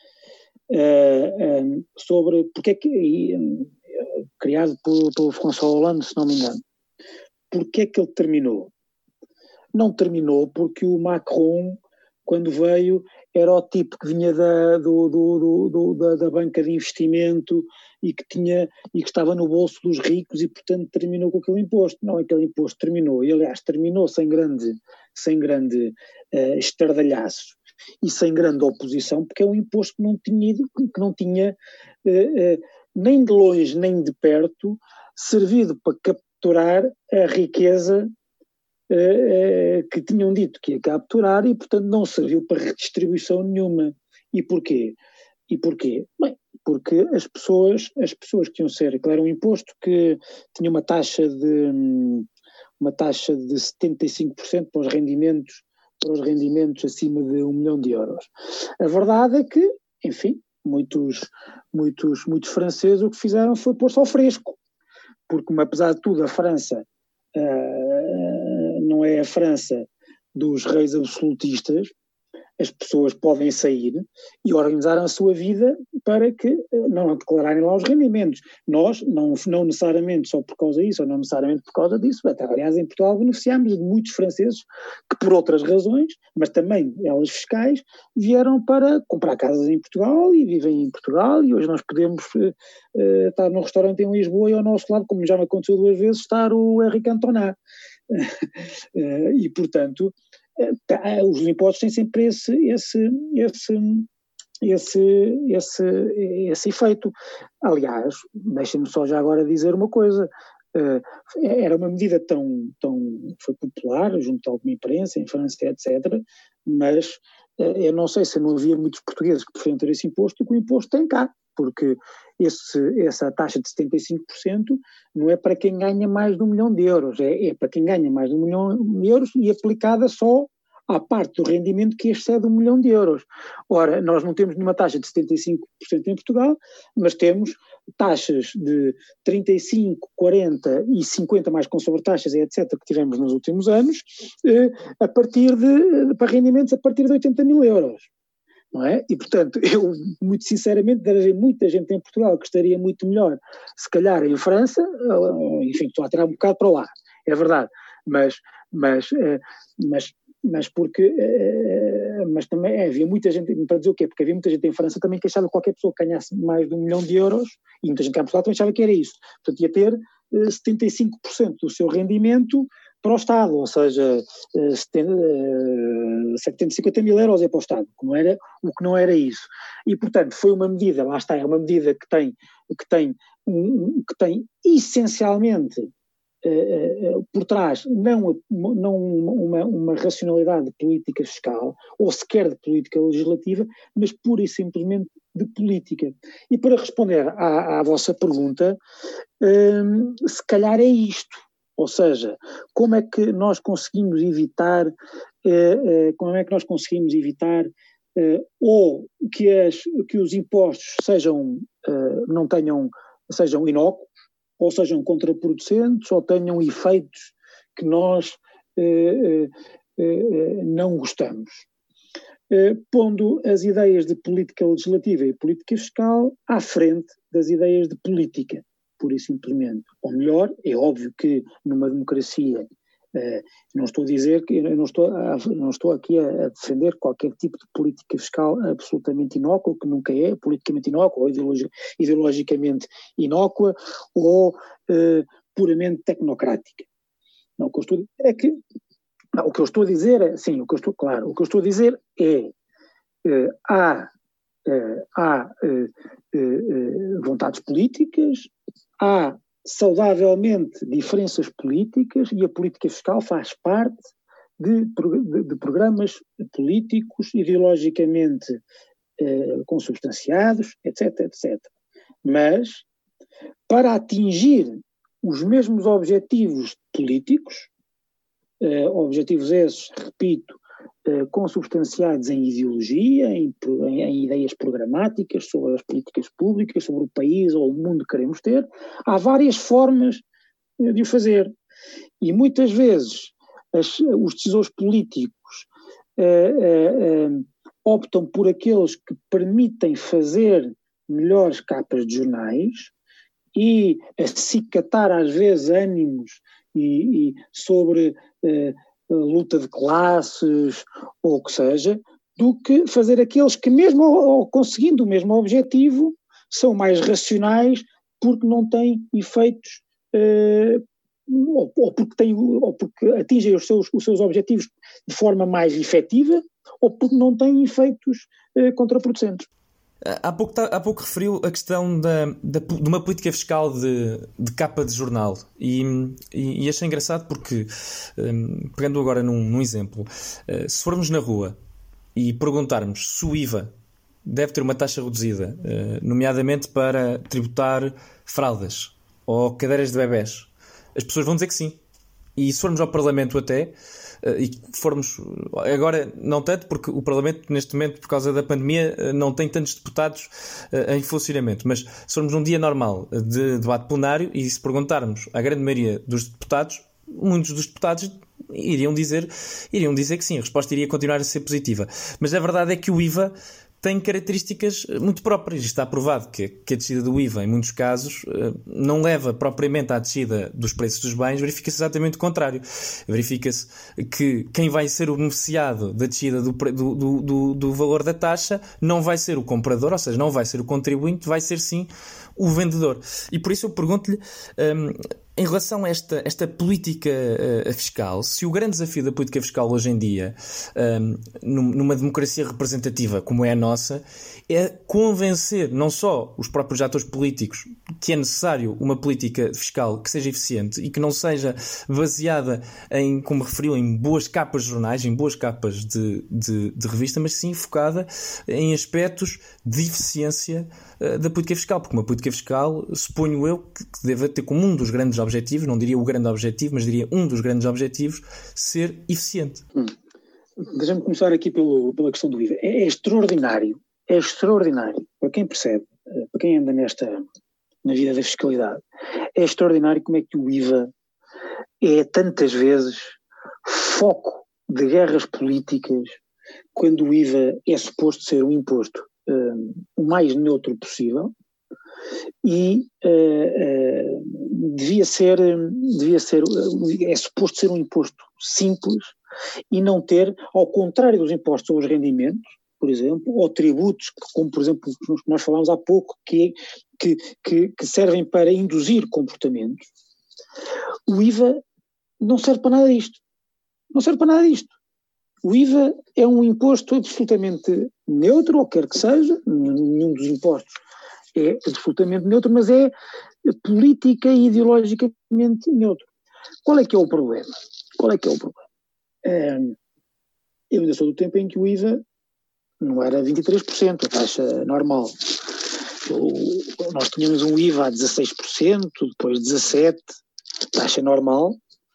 Uh, um, sobre, porque é que, e, um, criado por, pelo François Hollande, se não me engano, porque é que ele terminou? Não terminou porque o Macron, quando veio, era o tipo que vinha da, do, do, do, do, da, da banca de investimento e que, tinha, e que estava no bolso dos ricos e, portanto, terminou com aquele imposto. Não, aquele imposto terminou, e aliás terminou sem grande, sem grande uh, estardalhaço e sem grande oposição, porque é um imposto que não tinha, que não tinha uh, uh, nem de longe nem de perto servido para capturar a riqueza Uh, uh, que tinham dito que ia capturar e, portanto, não serviu para redistribuição nenhuma. E porquê? E porquê? Bem, porque as pessoas, as pessoas que iam ser, claro, era um imposto que tinha uma taxa de uma taxa de setenta e cinco por cento para os rendimentos, para os rendimentos acima de um milhão de euros. A verdade é que, enfim, muitos, muitos, muitos franceses o que fizeram foi pôr-se ao fresco, porque, apesar de tudo, a França uh, não é a França dos reis absolutistas. As pessoas podem sair e organizar a sua vida para que não declararem lá os rendimentos. Nós, não, não necessariamente só por causa disso, ou não necessariamente por causa disso, até, aliás, em Portugal beneficiámos de muitos franceses que, por outras razões, mas também elas fiscais, vieram para comprar casas em Portugal e vivem em Portugal, e hoje nós podemos uh, estar num restaurante em Lisboa e ao nosso lado, como já me aconteceu duas vezes, estar o Henri Cantona. uh, e, portanto, os impostos têm sempre esse, esse, esse, esse, esse, esse efeito. Aliás, deixem-me só já agora dizer uma coisa, uh, era uma medida tão, tão, foi popular junto a alguma imprensa, em França, etcétera, mas uh, eu não sei se não havia muitos portugueses que preferiam ter esse imposto do que o imposto tem cá, porque esse, essa taxa de setenta e cinco por cento não é para quem ganha mais de um milhão de euros, é, é para quem ganha mais de um milhão de euros e aplicada só à parte do rendimento que excede um milhão de euros. Ora, nós não temos nenhuma taxa de setenta e cinco por cento em Portugal, mas temos taxas de trinta e cinco, quarenta e cinquenta mais com sobretaxas, etcétera, que tivemos nos últimos anos, eh, a partir de, para rendimentos a partir de oitenta mil euros. Não é? E, portanto, eu, muito sinceramente, deve haver muita gente em Portugal que estaria muito melhor, se calhar em França, enfim, estou a tirar um bocado para lá, é verdade, mas, mas, mas mas porque, mas também havia muita gente, para dizer o quê? Porque havia muita gente em França também que achava que qualquer pessoa que ganhasse mais de um milhão de euros, e muita gente cá em Portugal também achava que era isso, portanto ia ter setenta e cinco por cento do seu rendimento para o Estado, ou seja, setecentos e cinquenta mil euros é para o Estado, que não era, o que não era isso. E, portanto, foi uma medida, lá está, é uma medida que tem, que tem, que tem essencialmente Uh, uh, por trás não, não uma, uma racionalidade de política fiscal, ou sequer de política legislativa, mas pura e simplesmente de política. E para responder à, à vossa pergunta, um, se calhar é isto, ou seja, como é que nós conseguimos evitar, uh, uh, como é que nós conseguimos evitar uh, ou que, as, que os impostos sejam, uh, não tenham, sejam inócuos, ou sejam contraproducentes, ou tenham efeitos que nós eh, eh, não gostamos. Eh, pondo as ideias de política legislativa e política fiscal à frente das ideias de política, pura e simplesmente. Ou melhor, é óbvio que numa democracia, eh, não estou a dizer que, eu não estou, a, não estou aqui a, a defender qualquer tipo de política fiscal absolutamente inócua, que nunca é politicamente inócua, ou ideologi, ideologicamente inócua, ou eh, puramente tecnocrática. Não, o que eu estou a dizer é que, não, o que eu estou a dizer é, sim, o que eu estou, claro, o que eu estou a dizer é, eh, há, eh, há eh, eh, vontades políticas, há saudavelmente diferenças políticas e a política fiscal faz parte de, de, de programas políticos ideologicamente eh, consubstanciados, etc, etcétera. Mas, para atingir os mesmos objetivos políticos, eh, objetivos esses, repito, eh, consubstanciados em ideologia, em, em, em ideias programáticas sobre as políticas públicas, sobre o país ou o mundo que queremos ter, há várias formas eh, de o fazer. E muitas vezes as, os decisores políticos eh, eh, optam por aqueles que permitem fazer melhores capas de jornais e acicatar às vezes ânimos e, e sobre eh, luta de classes ou o que seja, do que fazer aqueles que mesmo ou, conseguindo o mesmo objetivo são mais racionais porque não têm efeitos eh, ou, ou, porque têm, ou porque atingem os seus, os seus objetivos de forma mais efetiva ou porque não têm efeitos eh, contraproducentes. Há pouco, há pouco referiu a questão da, da, de uma política fiscal de, de capa de jornal e, e, e achei engraçado porque, um, pegando agora num, num exemplo, uh, se formos na rua e perguntarmos se o I V A deve ter uma taxa reduzida, uh, nomeadamente para tributar fraldas ou cadeiras de bebés, as pessoas vão dizer que sim. E se formos ao Parlamento até, e formos, agora não tanto, porque o Parlamento neste momento, por causa da pandemia, não tem tantos deputados em funcionamento, mas se formos num dia normal de debate plenário e se perguntarmos à grande maioria dos deputados, muitos dos deputados iriam dizer, iriam dizer que sim, a resposta iria continuar a ser positiva. Mas a verdade é que o I V A tem características muito próprias. Está provado que, que a descida do I V A, em muitos casos, não leva propriamente à descida dos preços dos bens, verifica-se exatamente o contrário. Verifica-se que quem vai ser o beneficiado da descida do, do, do, do valor da taxa não vai ser o comprador, ou seja, não vai ser o contribuinte, vai ser sim o vendedor. E por isso eu pergunto-lhe, hum, em relação a esta, esta política uh, fiscal, se o grande desafio da política fiscal hoje em dia, um, numa democracia representativa como é a nossa, é convencer não só os próprios atores políticos que é necessário uma política fiscal que seja eficiente e que não seja baseada em, como referiu, em boas capas de jornais, em boas capas de, de, de revista, mas sim focada em aspectos de eficiência uh, da política fiscal, porque uma política fiscal, suponho eu, que, que deve ter como um dos grandes objetivos, não diria o grande objetivo, mas diria um dos grandes objetivos, ser eficiente. Hum. Deixa-me começar aqui pelo, pela questão do I V A. É, é extraordinário, é extraordinário, para quem percebe, para quem anda nesta, na vida da fiscalidade, é extraordinário como é que o I V A é tantas vezes foco de guerras políticas, quando o I V A é suposto ser um imposto um, o mais neutro possível, e uh, uh, devia ser, devia ser, é suposto ser um imposto simples e não ter, ao contrário dos impostos aos rendimentos, por exemplo, ou tributos, como por exemplo os que nós falámos há pouco, que, que, que, que servem para induzir comportamentos. O I V A não serve para nada disto. Não serve para nada disto. O I V A é um imposto absolutamente neutro, ou quer que seja, nenhum dos impostos é absolutamente neutro, mas é política e ideologicamente neutro. Qual é que é o problema? Qual é que é o problema? É, eu ainda sou do tempo em que o I V A não era vinte e três por cento, a taxa normal. Eu, nós tínhamos um I V A a dezasseis por cento, depois dezassete por cento, taxa normal,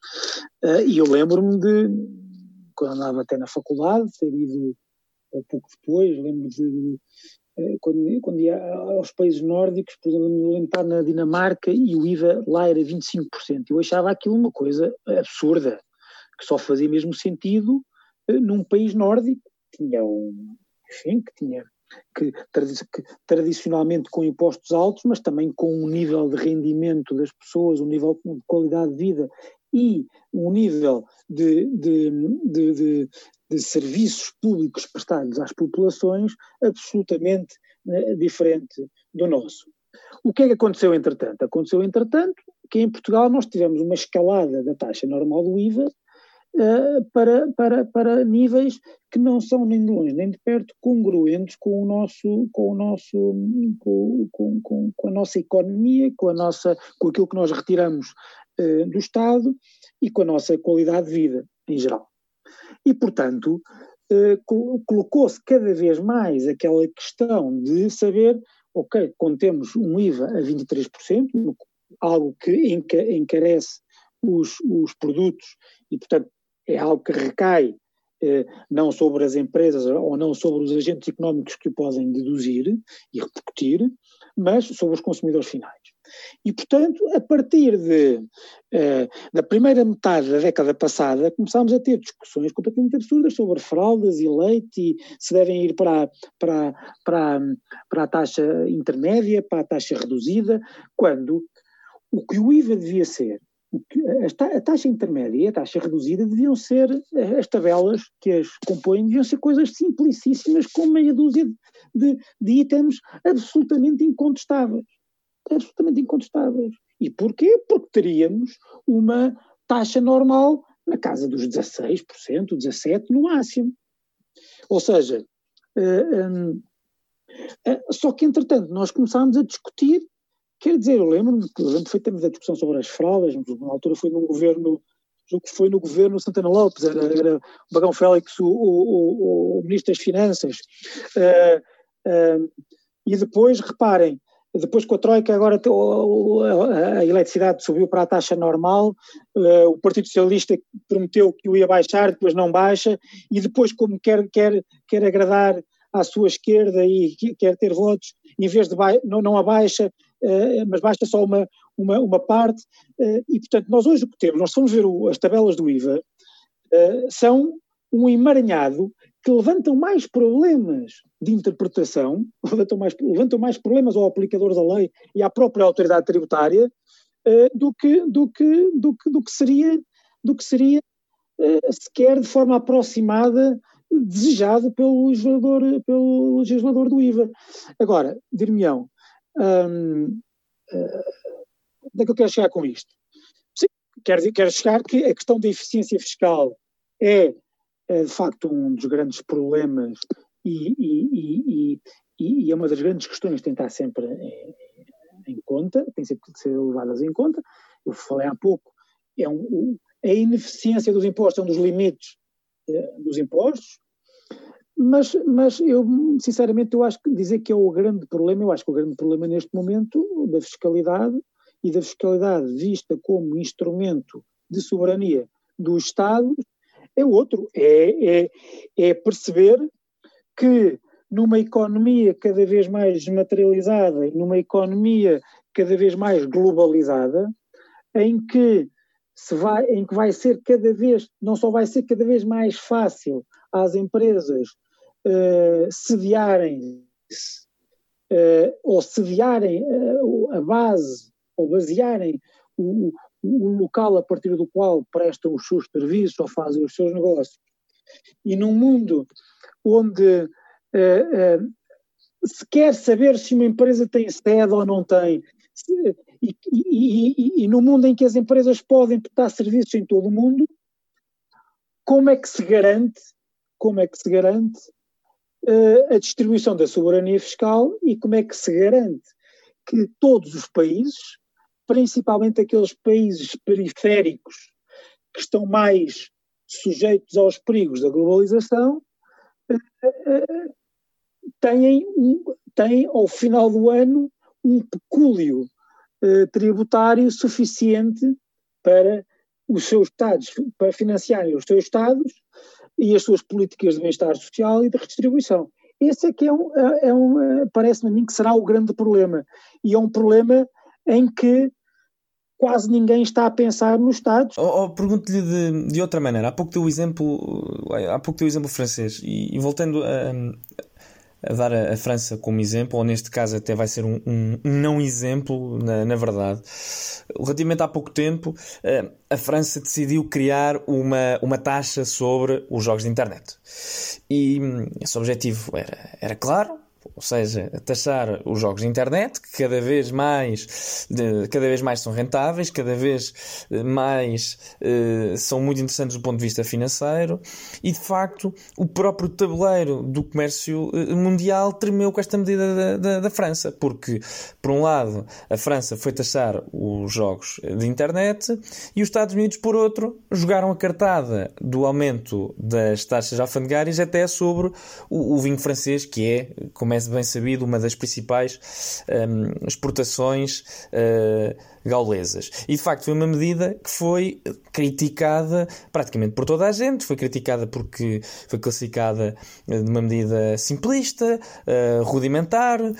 uh, e eu lembro-me de, quando andava até na faculdade, ter ido um pouco depois, lembro-me de Quando, quando ia aos países nórdicos, por exemplo, me lembro de estar na Dinamarca e o I V A lá era vinte e cinco por cento. Eu achava aquilo uma coisa absurda, que só fazia mesmo sentido num país nórdico, que tinha um, enfim, que tinha, que, que tradicionalmente com impostos altos, mas também com um nível de rendimento das pessoas, um nível de qualidade de vida e um nível de, de, de, de de serviços públicos prestados às populações absolutamente uh, diferente do nosso. O que é que aconteceu entretanto? Aconteceu entretanto que em Portugal nós tivemos uma escalada da taxa normal do I V A uh, para, para, para níveis que não são nem de longe nem de perto congruentes com o nosso, com o nosso, com, com, com, com a nossa economia, com a nossa, com aquilo que nós retiramos uh, do Estado e com a nossa qualidade de vida em geral. E, portanto, eh, colocou-se cada vez mais aquela questão de saber, ok, quando temos um I V A a vinte e três por cento, algo que encarece os, os produtos e, portanto, é algo que recai eh, não sobre as empresas ou não sobre os agentes económicos que o podem deduzir e repercutir, mas sobre os consumidores finais. E, portanto, a partir de, uh, da primeira metade da década passada, começámos a ter discussões completamente absurdas sobre fraudes e leite, e se devem ir para, para, para, para a taxa intermédia, para a taxa reduzida, quando o que o I V A devia ser, o que, a taxa intermédia e a taxa reduzida deviam ser, as tabelas que as compõem, deviam ser coisas simplicíssimas, com meia dúzia de, de itens absolutamente incontestáveis. absolutamente incontestáveis. E porquê? Porque teríamos uma taxa normal na casa dos dezasseis por cento, dezassete por cento no máximo. Ou seja, uh, um, uh, só que entretanto nós começámos a discutir, quer dizer, eu lembro-me, lembro perfeitamente da discussão sobre as fraldas, na altura foi num governo, julgo que foi no governo Santana Lopes, era, era o Bagão Félix, o, o, o, o Ministro das Finanças, uh, uh, e depois, reparem, depois com a Troika agora a eletricidade subiu para a taxa normal, o Partido Socialista prometeu que o ia baixar, depois não baixa, e depois como quer, quer, quer agradar à sua esquerda e quer ter votos, em vez de ba- não, não abaixa, mas baixa só uma, uma, uma parte, e portanto nós hoje o que temos, nós fomos ver o, as tabelas do I V A, são um emaranhado que levantam mais problemas de interpretação, levantam mais, levantam mais problemas ao aplicador da lei e à própria autoridade tributária uh, do, que, do, que, do, que, do que seria, do que seria uh, sequer de forma aproximada desejado pelo legislador, pelo legislador do I V A. Agora, dir-me-ão, um, uh, onde é que eu quero chegar com isto? quero, quero chegar que a questão da eficiência fiscal é, é de facto um dos grandes problemas e, e, e, e, e é uma das grandes questões que tem que estar sempre em, em conta, tem sempre que ser levadas em conta. Eu falei há pouco, é um, a ineficiência dos impostos é um dos limites eh, dos impostos, mas, mas eu, sinceramente, eu acho que dizer que é o grande problema, eu acho que o grande problema neste momento da fiscalidade e da fiscalidade vista como instrumento de soberania do Estado é outro, é, é, é perceber que numa economia cada vez mais desmaterializada e numa economia cada vez mais globalizada, em que, se vai, em que vai ser cada vez, não só vai ser cada vez mais fácil às empresas uh, sediarem-se uh, ou sediarem uh, a base ou basearem o, o local a partir do qual prestam os seus serviços ou fazem os seus negócios. E num mundo onde uh, uh, se quer saber se uma empresa tem sede ou não tem, se, e, e, e, e no mundo em que as empresas podem prestar serviços em todo o mundo, como é que se garante, como é que se garante uh, a distribuição da soberania fiscal e como é que se garante que todos os países, principalmente aqueles países periféricos que estão mais sujeitos aos perigos da globalização, têm, um, têm ao final do ano um pecúlio uh, tributário suficiente para os seus Estados, para financiarem os seus Estados e as suas políticas de bem-estar social e de redistribuição. Esse é que é um, é um, parece-me a mim que será o grande problema. E é um problema em que quase ninguém está a pensar nos Estados. Oh, oh, pergunto-lhe de, de outra maneira. Há pouco deu o exemplo, há pouco deu o exemplo francês. E, e voltando a, a dar a, a França como exemplo, ou neste caso até vai ser um, um, um não exemplo, na, na verdade. Relativamente há pouco tempo, a França decidiu criar uma, uma taxa sobre os jogos de internet. E esse objetivo era, era claro. Ou seja, taxar os jogos de internet, que cada vez mais, de, cada vez mais são rentáveis, cada vez mais uh, são muito interessantes do ponto de vista financeiro, e de facto o próprio tabuleiro do comércio uh, mundial tremeu com esta medida da, da, da França, porque por um lado a França foi taxar os jogos de internet e os Estados Unidos por outro jogaram a cartada do aumento das taxas alfandegárias até sobre o, o vinho francês, que é, como é bem sabido, uma das principais um, exportações uh, gaulesas. E de facto foi uma medida que foi criticada praticamente por toda a gente, foi criticada porque foi classificada de uma medida simplista, uh, rudimentar, uh,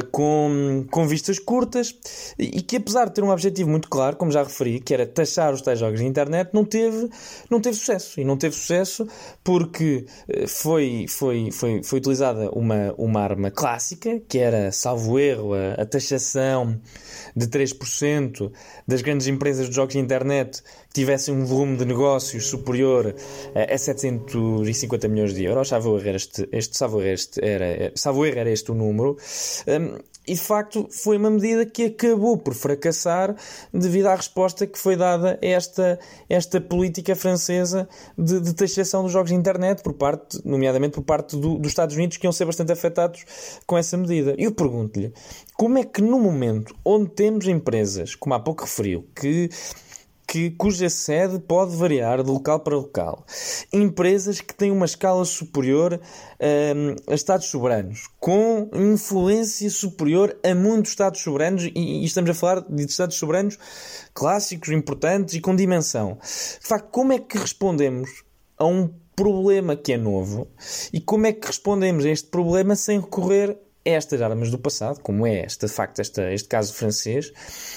com, com vistas curtas, e que apesar de ter um objetivo muito claro, como já referi, que era taxar os tais jogos de internet, não teve, não teve sucesso. E não teve sucesso porque foi, foi, foi, foi utilizada uma, uma arma clássica, que era, salvo erro, a, a taxação de três por cento das grandes empresas de jogos de internet que tivessem um volume de negócios superior a, a setecentos e cinquenta milhões de euros. Salvo erro era este, este, salvo erro este era, salvo erro era este o número. Um, E de facto foi uma medida que acabou por fracassar devido à resposta que foi dada a esta, esta política francesa de, de taxação dos jogos de internet, por parte, nomeadamente por parte do, dos Estados Unidos, que iam ser bastante afetados com essa medida. E eu pergunto-lhe, como é que no momento onde temos empresas, como há pouco referiu, que... Que, cuja sede pode variar de local para local, empresas que têm uma escala superior um, a Estados soberanos, com influência superior a muitos Estados soberanos, e, e estamos a falar de Estados soberanos clássicos, importantes e com dimensão. De facto, como é que respondemos a um problema que é novo e como é que respondemos a este problema sem recorrer a estas armas do passado, como é esta, de facto, esta, este caso francês,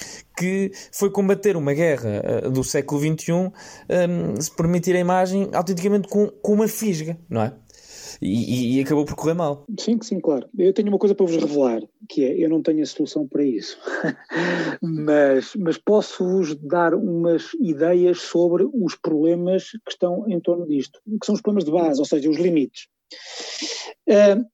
que foi combater uma guerra uh, do século vinte e um, um, se permitir a imagem, autenticamente com, com uma fisga, não é? E, e, e acabou por correr mal. Sim, sim, claro. Eu tenho uma coisa para vos revelar, que é, eu não tenho a solução para isso, mas, mas posso-vos dar umas ideias sobre os problemas que estão em torno disto, que são os problemas de base, ou seja, os limites. Uh,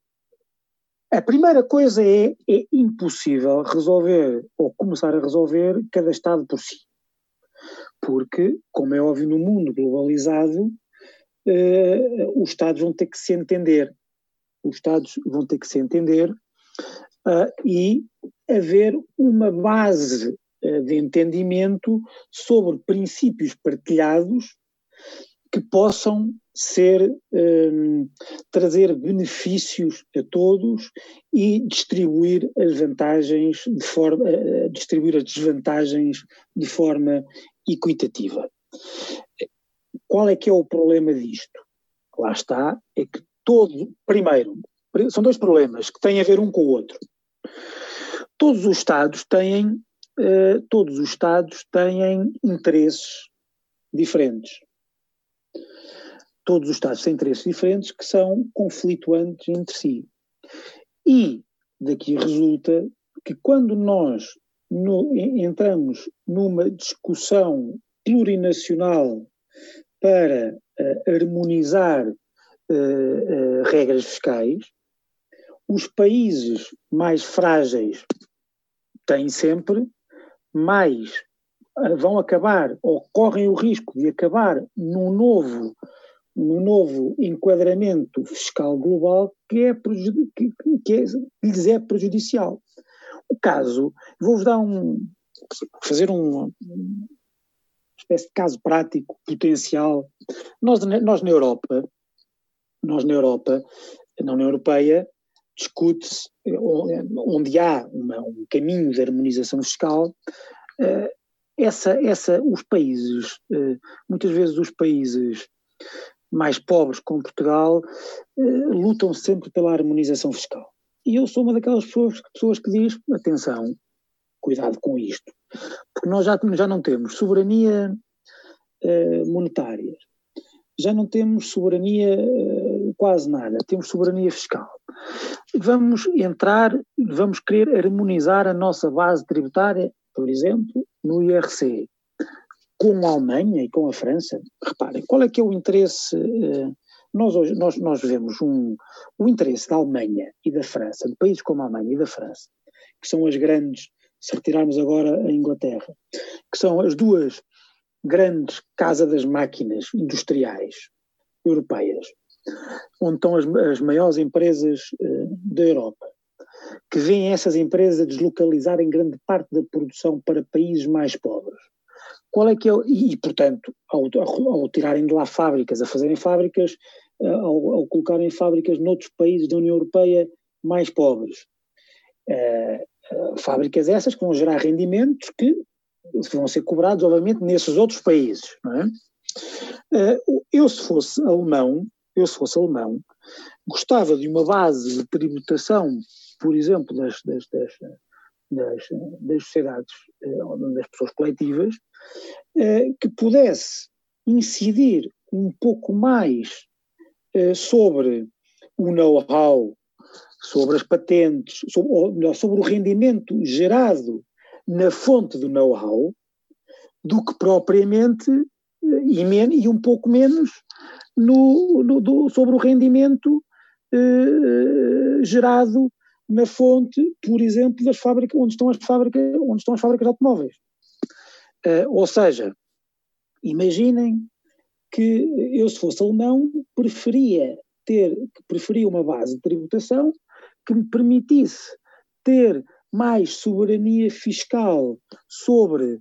A primeira coisa é, é impossível resolver ou começar a resolver cada Estado por si. porque, como é óbvio, no mundo globalizado, uh, os Estados vão ter que se entender, os Estados vão ter que se entender uh, e haver uma base uh, de entendimento sobre princípios partilhados que possam ser, um, trazer benefícios a todos e distribuir as vantagens de forma, uh, distribuir as desvantagens de forma equitativa. Qual é que é o problema disto? Lá está, é que todo, primeiro, são dois problemas que têm a ver um com o outro. Todos os Estados têm, uh, todos os Estados têm interesses diferentes. Todos os Estados têm interesses diferentes que são conflituantes entre si. E daqui resulta que quando nós no, entramos numa discussão plurinacional para uh, harmonizar uh, uh, regras fiscais, os países mais frágeis têm sempre mais, uh, vão acabar, ou correm o risco de acabar num novo no novo enquadramento fiscal global que, é que, que, é, que lhes é prejudicial. O caso, vou-vos dar um, fazer um, uma espécie de caso prático, potencial. Nós, nós na Europa, nós na Europa, na União Europeia, discute-se, onde há uma, um caminho de harmonização fiscal, essa, essa, os países, muitas vezes os países mais pobres como Portugal, eh, lutam sempre pela harmonização fiscal. E eu sou uma daquelas pessoas, pessoas que diz, atenção, cuidado com isto, porque nós já, já não temos soberania eh, monetária, já não temos soberania eh, quase nada, temos soberania fiscal. Vamos entrar, vamos querer harmonizar a nossa base tributária, por exemplo, no I R C, com a Alemanha e com a França. Reparem, qual é que é o interesse, uh, nós, hoje, nós, nós vemos um, o interesse da Alemanha e da França, de países como a Alemanha e da França, que são as grandes, se retirarmos agora a Inglaterra, que são as duas grandes casas das máquinas industriais europeias, onde estão as, as maiores empresas uh, da Europa, que veem essas empresas a deslocalizarem grande parte da produção para países mais pobres. Qual é que é, e, portanto, ao, ao tirarem de lá fábricas, a fazerem fábricas, ao, ao colocarem fábricas noutros países da União Europeia mais pobres. Uh, uh, fábricas essas que vão gerar rendimentos que vão ser cobrados, obviamente, nesses outros países, não é? Uh, eu, se fosse alemão, eu, se fosse alemão, gostava de uma base de tributação, por exemplo, das, das, das Das, das sociedades, das pessoas coletivas, que pudesse incidir um pouco mais sobre o know-how, sobre as patentes, sobre, ou melhor, sobre o rendimento gerado na fonte do know-how, do que propriamente, e, men, e um pouco menos, no, no, do, sobre o rendimento eh, gerado na fonte, por exemplo, das fábricas, onde estão as fábricas, onde estão as fábricas de automóveis. Uh, ou seja, imaginem que eu, se fosse alemão, preferia ter, preferia uma base de tributação que me permitisse ter mais soberania fiscal sobre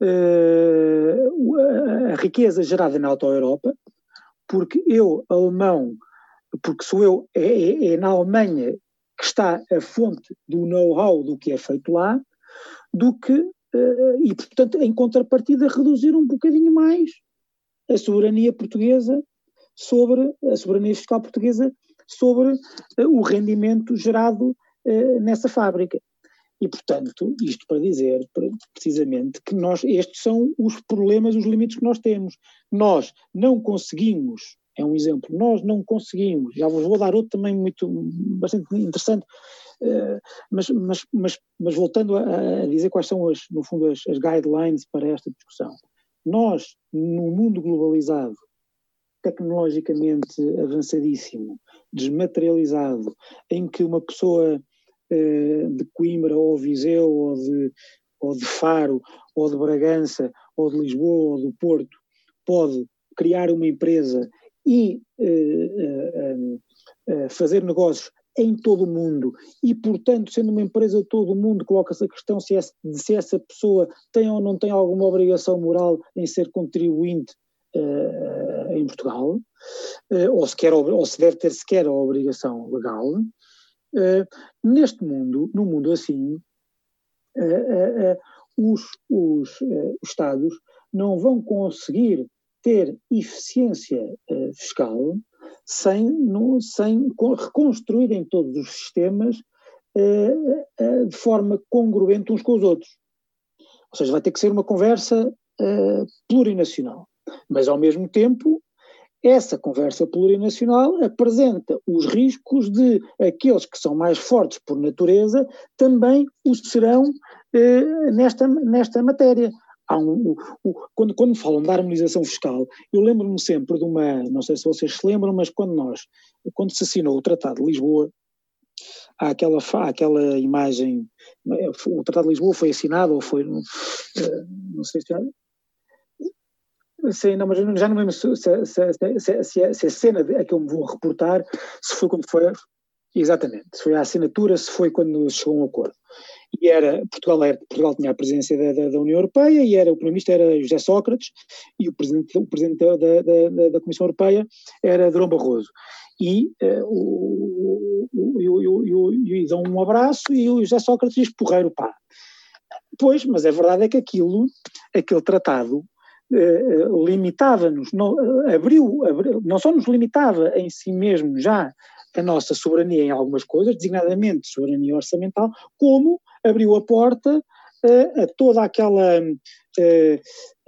uh, a, a riqueza gerada na auto-Europa, porque eu, alemão, porque sou eu, é, é, é na Alemanha que está a fonte do know-how do que é feito lá, do que, uh, e portanto, em contrapartida, reduzir um bocadinho mais a soberania portuguesa sobre, a soberania fiscal portuguesa sobre uh, o rendimento gerado uh, nessa fábrica. E, portanto, isto para dizer, precisamente, que nós, estes são os problemas, os limites que nós temos. Nós não conseguimos, é um exemplo, nós não conseguimos, já vos vou dar outro também muito, bastante interessante, uh, mas, mas, mas, mas voltando a, a dizer quais são, as, no fundo, as, as guidelines para esta discussão. Nós, num mundo globalizado, tecnologicamente avançadíssimo, desmaterializado, em que uma pessoa uh, de Coimbra ou Viseu ou de, ou de Faro ou de Bragança ou de Lisboa, ou do Porto, pode criar uma empresa e uh, uh, uh, fazer negócios em todo o mundo e, portanto, sendo uma empresa de todo o mundo, coloca-se a questão se, é, se essa pessoa tem ou não tem alguma obrigação moral em ser contribuinte uh, em Portugal, uh, ou, se quer, ou se deve ter sequer a obrigação legal. Uh, neste mundo, num mundo assim, uh, uh, uh, os, os, uh, os Estados não vão conseguir ter eficiência uh, fiscal sem, no, sem reconstruírem todos os sistemas uh, uh, de forma congruente uns com os outros. Ou seja, vai ter que ser uma conversa uh, plurinacional. Mas, ao mesmo tempo, essa conversa plurinacional apresenta os riscos de aqueles que são mais fortes por natureza também o serão uh, nesta, nesta matéria. Há um, um, quando, quando falam da harmonização fiscal, eu lembro-me sempre de uma, não sei se vocês se lembram, mas quando nós, quando se assinou o Tratado de Lisboa, há aquela, há aquela imagem, o Tratado de Lisboa foi assinado, ou foi, não sei se... Sim, não, mas já não lembro se, se, se, se, se, se a cena a que eu me vou reportar, se foi quando foi, exatamente, se foi a assinatura, se foi quando chegou a um acordo. E era, Portugal, era, Portugal tinha a presidência da, da, da União Europeia e era, o primeiro-ministro era José Sócrates e o presidente, o presidente da, da, da, da Comissão Europeia era Durão Barroso. E, uh, o, o, o, o, e dão um abraço e o José Sócrates diz porreiro pá. Pois, mas a verdade é que aquilo, aquele tratado uh, limitava-nos, não, abriu, abriu, não só nos limitava em si mesmo já a nossa soberania em algumas coisas, designadamente soberania orçamental, como abriu a porta uh, a toda aquela uh,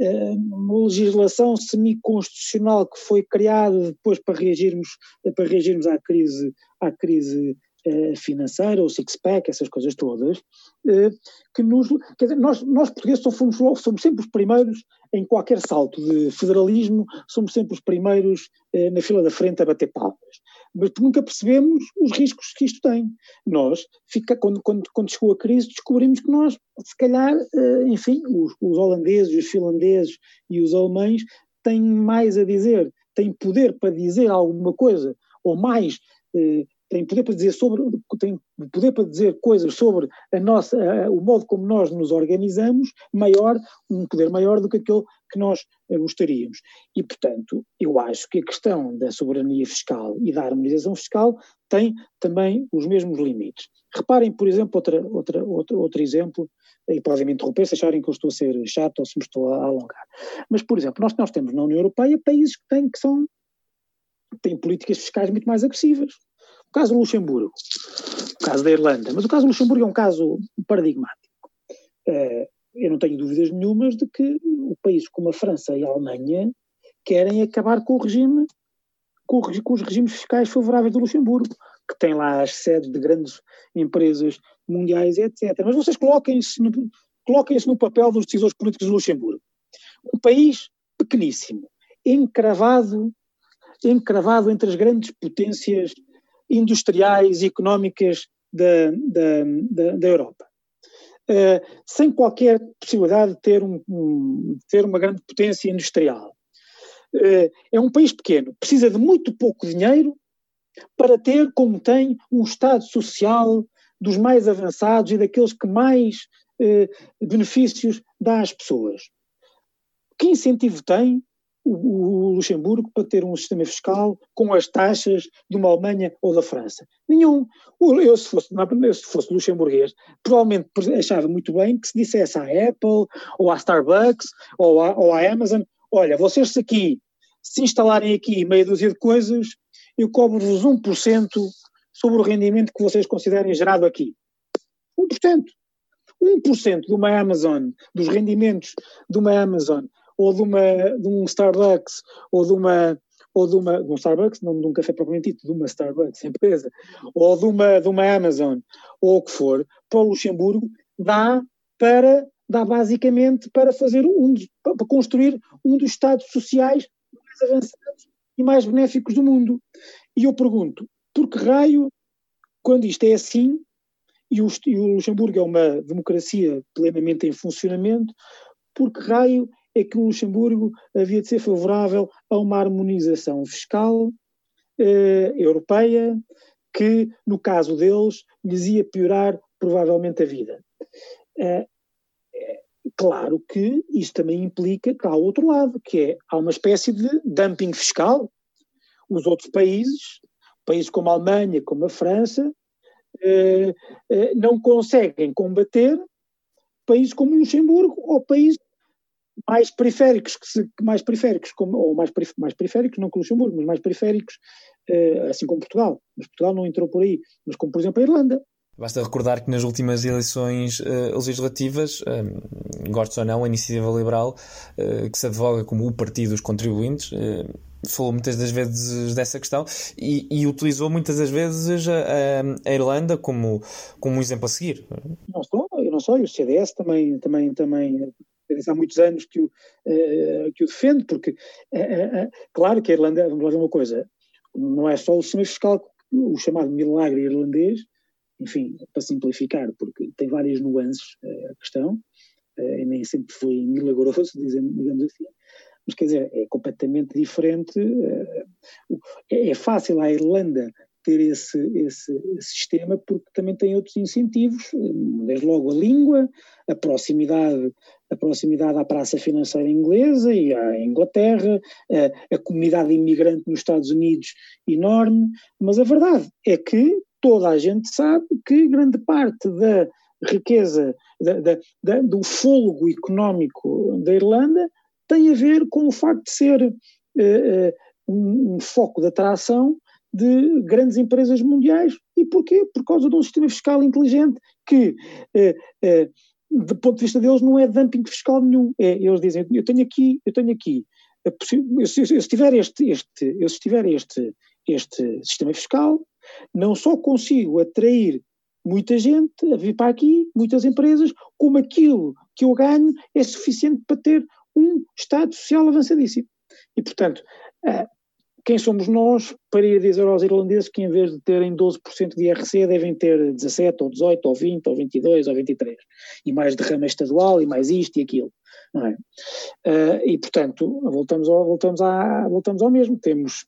uh, legislação semi-constitucional que foi criada depois para reagirmos, para reagirmos à crise, à crise uh, financeira, o six-pack, essas coisas todas, uh, que nos, quer dizer, nós, nós portugueses somos, somos sempre os primeiros em qualquer salto de federalismo, somos sempre os primeiros uh, na fila da frente a bater palmas. Mas nunca percebemos os riscos que isto tem. Nós, fica, quando, quando, quando chegou a crise, descobrimos que nós, se calhar, enfim, os, os holandeses, os finlandeses e os alemães têm mais a dizer, têm poder para dizer alguma coisa, ou mais, eh, têm poder para dizer sobre, têm poder para dizer coisas sobre a nossa, a, o modo como nós nos organizamos, maior, um poder maior do que aquele que nós gostaríamos. E, portanto, eu acho que a questão da soberania fiscal e da harmonização fiscal tem também os mesmos limites. Reparem, por exemplo, outra, outra, outro, outro exemplo, e podem me interromper se acharem que eu estou a ser chato ou se me estou a alongar. Mas, por exemplo, nós, nós temos na União Europeia países que têm, que são, têm políticas fiscais muito mais agressivas. O caso do Luxemburgo, o caso da Irlanda, mas o caso do Luxemburgo é um caso paradigmático. Uh, eu não tenho dúvidas nenhumas de que o país como a França e a Alemanha querem acabar com o regime, com, o, com os regimes fiscais favoráveis do Luxemburgo, que tem lá as sedes de grandes empresas mundiais, etcétera. Mas vocês coloquem-se no, coloquem-se no papel dos decisores políticos do Luxemburgo. Um país pequeníssimo, encravado, encravado entre as grandes potências industriais e económicas da, da, da, da Europa. Uh, sem qualquer possibilidade de ter, um, um, ter uma grande potência industrial. Uh, é um país pequeno, precisa de muito pouco dinheiro para ter, como tem, um Estado social dos mais avançados e daqueles que mais uh, benefícios dá às pessoas. Que incentivo tem o, o Luxemburgo para ter um sistema fiscal com as taxas de uma Alemanha ou da França? Nenhum. Eu, se fosse, eu, se fosse luxemburguês, provavelmente achava muito bem que se dissesse à Apple, ou à Starbucks, ou à, ou à Amazon, olha, vocês aqui, se instalarem aqui meia dúzia de coisas, eu cobro-vos um por cento sobre o rendimento que vocês considerem gerado aqui. um por cento. um por cento de uma Amazon, dos rendimentos de uma Amazon, ou de, uma, de um Starbucks, ou de uma, ou de uma, de um Starbucks, não de um café propriamente dito, de uma Starbucks empresa, ou de uma, de uma Amazon, ou o que for, para o Luxemburgo, dá para, dá basicamente para fazer um, para construir um dos Estados sociais mais avançados e mais benéficos do mundo. E eu pergunto, por que raio, quando isto é assim, e o, e o Luxemburgo é uma democracia plenamente em funcionamento, por que raio é que o Luxemburgo havia de ser favorável a uma harmonização fiscal eh, europeia que, no caso deles, lhes ia piorar provavelmente a vida. Eh, Claro que isso também implica que há outro lado, que é, há uma espécie de dumping fiscal. Os outros países, países como a Alemanha, como a França, eh, eh, não conseguem combater países como o Luxemburgo ou países mais periféricos, que se, mais periféricos como, ou mais, mais periféricos, não que o Luxemburgo, mas mais periféricos, eh, assim como Portugal. Mas Portugal não entrou por aí, mas como por exemplo a Irlanda. Basta recordar que nas últimas eleições uh, legislativas, um, gostes ou não, a Iniciativa Liberal, uh, que se advoga como o partido dos contribuintes, uh, falou muitas das vezes dessa questão e, e utilizou muitas das vezes a, a, a Irlanda como, como um exemplo a seguir. Não só, eu não só, e o C D S também, também, também há muitos anos que o, uh, que o defende, porque, uh, uh, claro que a Irlanda, vamos lá ver uma coisa, não é só o sistema fiscal, o chamado milagre irlandês, enfim, para simplificar, porque tem várias nuances a questão, e nem sempre foi milagroso, digamos assim, mas quer dizer, é completamente diferente. É fácil à Irlanda ter esse, esse sistema porque também tem outros incentivos, desde logo a língua, a proximidade, a proximidade à praça financeira inglesa e à Inglaterra, a, a comunidade imigrante nos Estados Unidos enorme, mas a verdade é que toda a gente sabe que grande parte da riqueza, da, da, da, do fôlego económico da Irlanda tem a ver com o facto de ser uh, um, um foco de atração de grandes empresas mundiais. E porquê? Por causa de um sistema fiscal inteligente que, uh, uh, do ponto de vista deles, não é dumping fiscal nenhum. É, eles dizem, eu tenho aqui, eu tenho aqui, eu, se, se tiver este, este, eu se tiver este, este sistema fiscal, não só consigo atrair muita gente a vir para aqui, muitas empresas, como aquilo que eu ganho é suficiente para ter um Estado social avançadíssimo. E, portanto, quem somos nós para ir dizer aos irlandeses que em vez de terem doze por cento de I R C devem ter dezassete, ou dezoito, ou vinte, ou vinte e dois, ou vinte e três, e mais derrama estadual, e mais isto e aquilo, não é? E, portanto, voltamos ao, voltamos à, voltamos ao mesmo, temos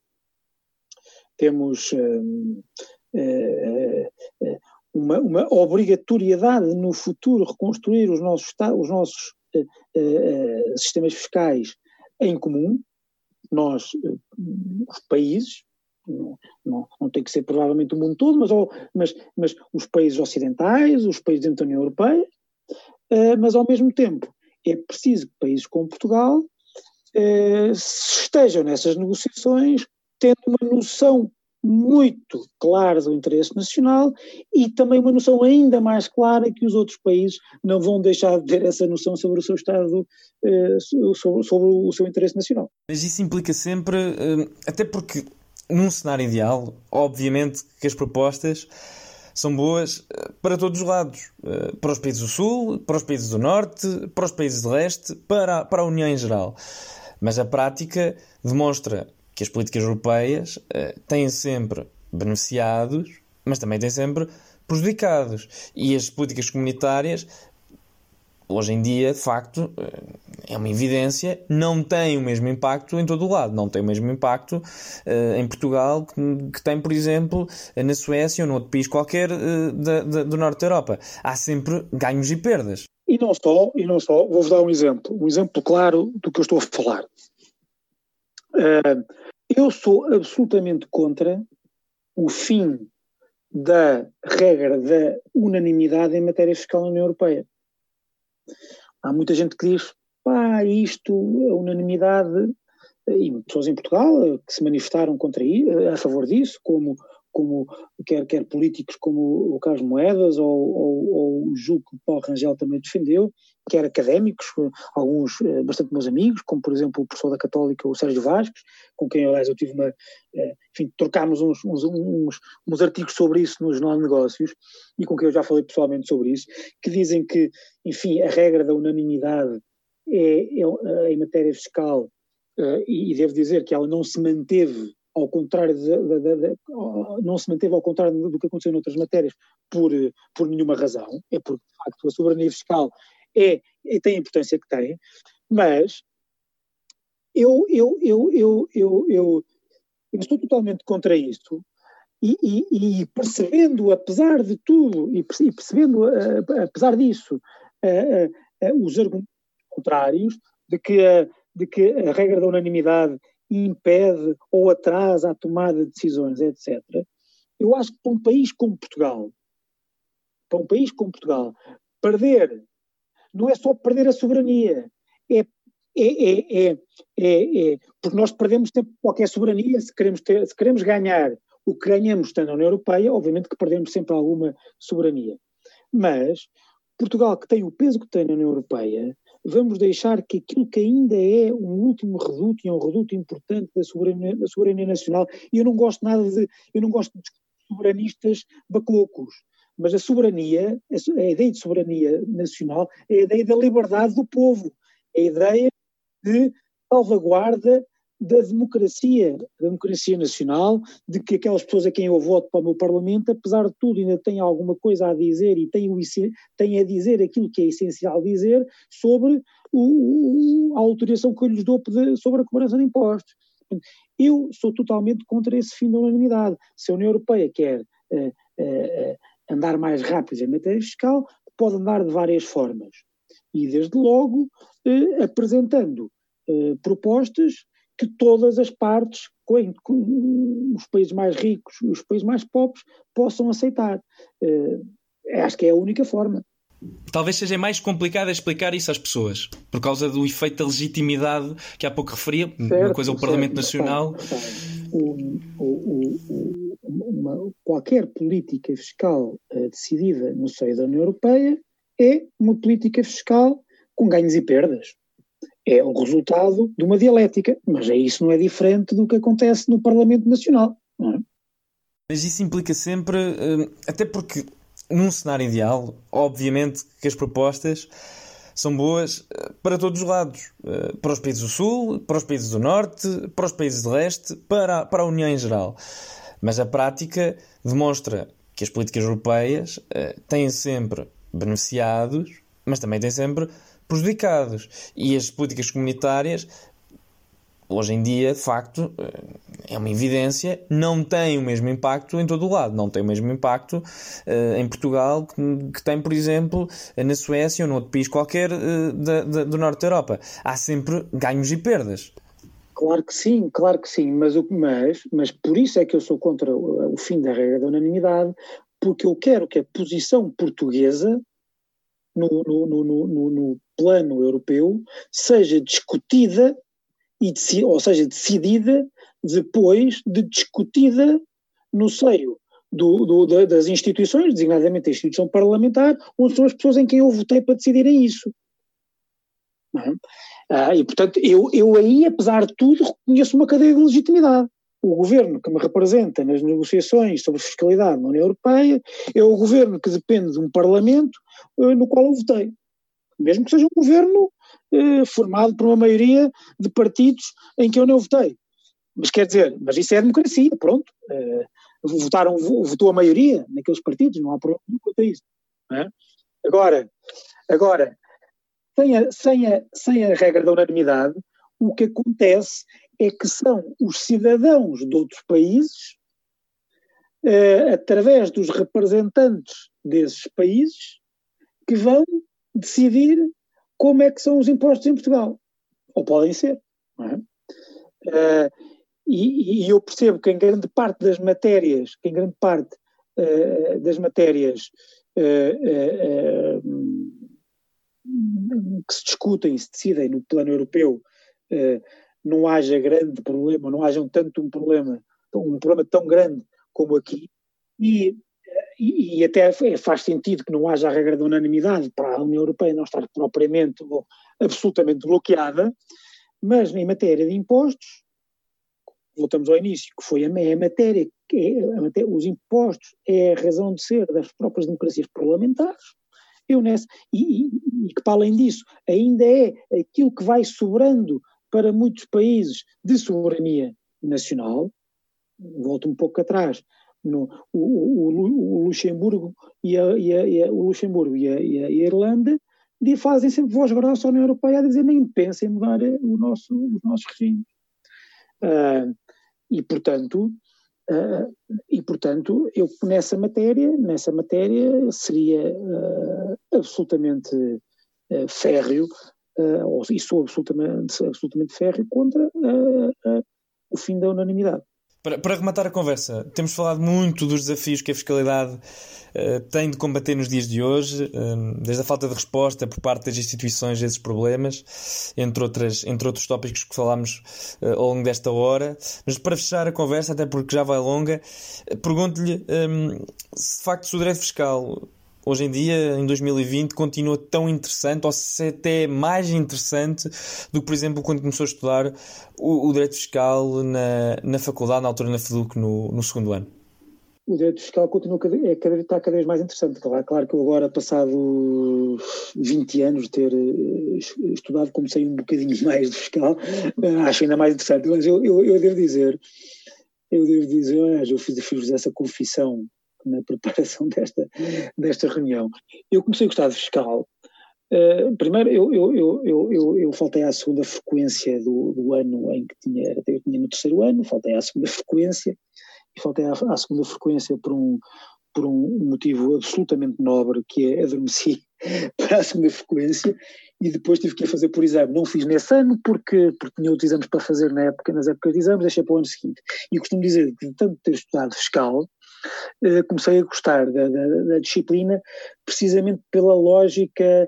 temos uh, uh, uh, uma, uma obrigatoriedade no futuro reconstruir os nossos, os nossos uh, uh, sistemas fiscais em comum, nós, uh, os países, não, não, não tem que ser provavelmente o mundo todo, mas, mas, mas os países ocidentais, os países dentro da União Europeia, uh, mas ao mesmo tempo é preciso que países como Portugal uh, estejam nessas negociações tendo uma noção muito clara do interesse nacional e também uma noção ainda mais clara que os outros países não vão deixar de ter essa noção sobre o seu Estado, sobre, sobre o seu interesse nacional. Mas isso implica sempre, até porque num cenário ideal, obviamente que as propostas são boas para todos os lados, para os países do Sul, para os países do Norte, para os países do Leste, para, para a União em geral. Mas a prática demonstra que as políticas europeias uh, têm sempre beneficiados, mas também têm sempre prejudicados. E as políticas comunitárias, hoje em dia, de facto, uh, é uma evidência, não têm o mesmo impacto em todo o lado. Não têm o mesmo impacto uh, em Portugal que, que tem, por exemplo, na Suécia ou num outro país qualquer uh, da, da, do norte da Europa. Há sempre ganhos e perdas. E não só, e não só. Vou-vos dar um exemplo. Um exemplo claro do que eu estou a falar. Uh, eu sou absolutamente contra o fim da regra da unanimidade em matéria fiscal na União Europeia. Há muita gente que diz, pá, isto, a unanimidade, e pessoas em Portugal que se manifestaram contra a favor disso, como, como quer, quer políticos como o Carlos Moedas ou, ou, ou o julgo que o Paulo Rangel também defendeu, quer académicos, alguns bastante meus amigos, como por exemplo o professor da Católica, o Sérgio Vasques, com quem aliás eu tive uma, enfim, trocámos uns, uns, uns, uns artigos sobre isso no Jornal de Negócios, e com quem eu já falei pessoalmente sobre isso, que dizem que, enfim, a regra da unanimidade é, é em matéria fiscal, e, e devo dizer que ela não se manteve ao contrário de, de, de, de, não se manteve ao contrário do que aconteceu noutras matérias por, por nenhuma razão, é porque de facto a soberania fiscal é, é, tem a importância que tem, mas eu, eu, eu, eu, eu, eu, eu estou totalmente contra isso e, e, e percebendo, apesar de tudo, e percebendo, apesar disso, uh, uh, uh, os argumentos contrários de que, a, de que a regra da unanimidade impede ou atrasa a tomada de decisões, etcétera. Eu acho que para um país como Portugal, para um país como Portugal, perder não é só perder a soberania, é, é, é, é, é, é porque nós perdemos sempre qualquer soberania se queremos, ter, se queremos ganhar o que ganhamos estando na União Europeia, obviamente que perdemos sempre alguma soberania. Mas Portugal, que tem o peso que tem na União Europeia, vamos deixar que aquilo que ainda é um último reduto, e é um reduto importante da soberania, da soberania nacional, e eu não gosto nada de, eu não gosto de soberanistas bacocos, mas a soberania, a ideia de soberania nacional é a ideia da liberdade do povo, é a ideia de salvaguarda da democracia, da democracia nacional, de que aquelas pessoas a quem eu voto para o meu Parlamento, apesar de tudo, ainda têm alguma coisa a dizer e têm, o, têm a dizer aquilo que é essencial dizer sobre o, a autorização que eu lhes dou sobre a cobrança de impostos. Eu sou totalmente contra esse fim da unanimidade. Se a União Europeia quer uh, uh, andar mais rápido em matéria fiscal, pode andar de várias formas. E, desde logo, uh, apresentando uh, propostas que todas as partes, com, com os países mais ricos e os países mais pobres, possam aceitar. Uh, acho que é a única forma. Talvez seja mais complicado explicar isso às pessoas, por causa do efeito da legitimidade que há pouco referia, certo, uma coisa é o Parlamento certo, Nacional. O, o, o, uma, qualquer política fiscal uh, decidida no seio da União Europeia é uma política fiscal com ganhos e perdas. É o resultado de uma dialética, mas é isso não é diferente do que acontece no Parlamento Nacional, não é? Mas isso implica sempre, uh, até porque num cenário ideal, obviamente que as propostas são boas para todos os lados, para os países do Sul, para os países do Norte, para os países do Leste, para, para a União em geral. Mas a prática demonstra que as políticas europeias têm sempre beneficiados, mas também têm sempre prejudicados. E as políticas comunitárias, hoje em dia, de facto, é uma evidência, não tem o mesmo impacto em todo o lado. Não tem o mesmo impacto uh, em Portugal que, que tem, por exemplo, na Suécia ou num outro país qualquer uh, da, da, do norte da Europa. Há sempre ganhos e perdas. Claro que sim, claro que sim, mas, mas, mas por isso é que eu sou contra o, o fim da regra da unanimidade, porque eu quero que a posição portuguesa no, no, no, no, no plano europeu seja discutida E, ou seja, decidida depois de discutida no seio do, do, das instituições, designadamente a instituição parlamentar, onde são as pessoas em quem eu votei para decidirem isso. Não é? Ah, e, portanto, eu, eu aí, apesar de tudo, reconheço uma cadeia de legitimidade. O governo que me representa nas negociações sobre fiscalidade na União Europeia é o governo que depende de um parlamento uh, no qual eu votei. Mesmo que seja um governo eh, formado por uma maioria de partidos em que eu não votei. Mas quer dizer, mas isso é a democracia, pronto. Eh, votaram, votou a maioria naqueles partidos, não há problema nenhum quanto a isso. Não é? Agora, agora sem, a, sem, a, sem a regra da unanimidade, o que acontece é que são os cidadãos de outros países, eh, através dos representantes desses países, que vão decidir como é que são os impostos em Portugal. Ou podem ser. Não é? uh, e, e eu percebo que em grande parte das matérias, que em grande parte uh, das matérias uh, uh, uh, que se discutem e se decidem no plano europeu, uh, não haja grande problema, não haja um tanto um problema, um problema tão grande como aqui. E E, e até faz sentido que não haja a regra da unanimidade para a União Europeia não estar propriamente ou absolutamente bloqueada, mas em matéria de impostos, voltamos ao início, que foi a, a, matéria, a matéria, os impostos é a razão de ser das próprias democracias parlamentares, eu nessa, e, e, e que para além disso ainda é aquilo que vai sobrando para muitos países de soberania nacional. Volto um pouco atrás. No, o, o, o Luxemburgo e, a, e, a, e a, o Luxemburgo e a, e a Irlanda fazem sempre voz grossa à União Europeia a dizer nem pensem em mudar o nosso, os nossos regimes. Uh, e, portanto, uh, e, portanto, eu nessa matéria, nessa matéria seria uh, absolutamente uh, férreo, uh, ou, e sou absolutamente, absolutamente férreo contra uh, uh, o fim da unanimidade. Para, para rematar a conversa, temos falado muito dos desafios que a fiscalidade uh, tem de combater nos dias de hoje, um, desde a falta de resposta por parte das instituições a esses problemas, entre, outras, entre outros tópicos que falámos uh, ao longo desta hora. Mas para fechar a conversa, até porque já vai longa, uh, pergunto-lhe um, se de facto se o direito fiscal hoje em dia, em dois mil e vinte, continua tão interessante, ou se até é mais interessante do que, por exemplo, quando começou a estudar o, o direito fiscal na, na faculdade, na altura na F D U C, no, no segundo ano. O direito fiscal continua cada, é, cada, está cada vez mais interessante. Claro, claro que eu agora, passado vinte anos de ter estudado, comecei um bocadinho mais de fiscal, acho ainda mais interessante. Mas eu, eu, eu devo dizer, eu devo dizer, eu fiz, fiz essa confissão na preparação desta, desta reunião. Eu comecei a gostar de fiscal. Uh, primeiro, eu, eu, eu, eu, eu, eu faltei à segunda frequência do, do ano em que tinha, eu tinha no terceiro ano, faltei à segunda frequência, e faltei à, à segunda frequência por um, por um motivo absolutamente nobre, que é adormeci para a segunda frequência, e depois tive que ir fazer por exame. Não fiz nesse ano, porque, porque tinha outros exames para fazer na época, nas épocas de exames, deixei para o ano seguinte. E costumo dizer que, de tanto ter estudado fiscal, Uh, comecei a gostar da, da, da disciplina precisamente pela lógica,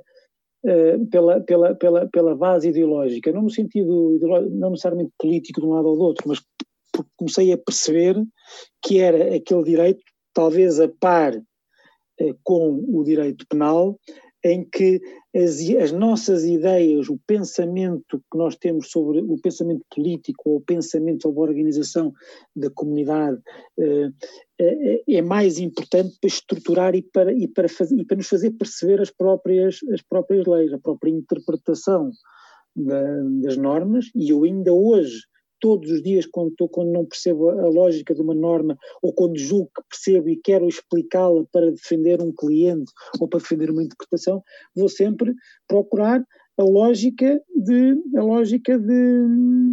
uh, pela, pela, pela, pela base ideológica, não no sentido, não necessariamente político de um lado ou do outro, mas porque comecei a perceber que era aquele direito, talvez a par uh, com o direito penal, em que as, as nossas ideias, o pensamento que nós temos sobre o pensamento político ou o pensamento sobre a organização da comunidade eh, eh, é mais importante para estruturar e para, e, para fazer, e para nos fazer perceber as próprias, as próprias leis, a própria interpretação da, das normas. E eu ainda hoje, todos os dias, quando, tô, quando não percebo a lógica de uma norma, ou quando julgo que percebo e quero explicá-la para defender um cliente ou para defender uma interpretação, vou sempre procurar a lógica de, a lógica de,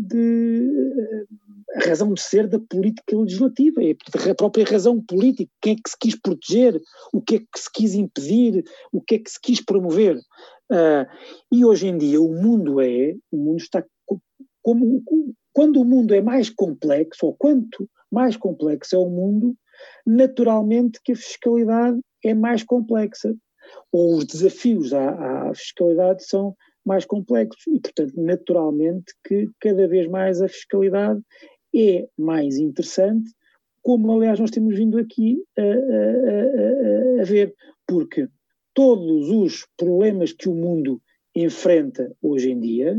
de a razão de ser da política legislativa, a própria razão política, quem é que se quis proteger, o que é que se quis impedir, o que é que se quis promover. Uh, e hoje em dia o mundo é, o mundo está como... Quando o mundo é mais complexo, ou quanto mais complexo é o mundo, naturalmente que a fiscalidade é mais complexa, ou os desafios à, à fiscalidade são mais complexos, e portanto naturalmente que cada vez mais a fiscalidade é mais interessante, como aliás nós temos vindo aqui a, a, a, a ver, porque todos os problemas que o mundo enfrenta hoje em dia,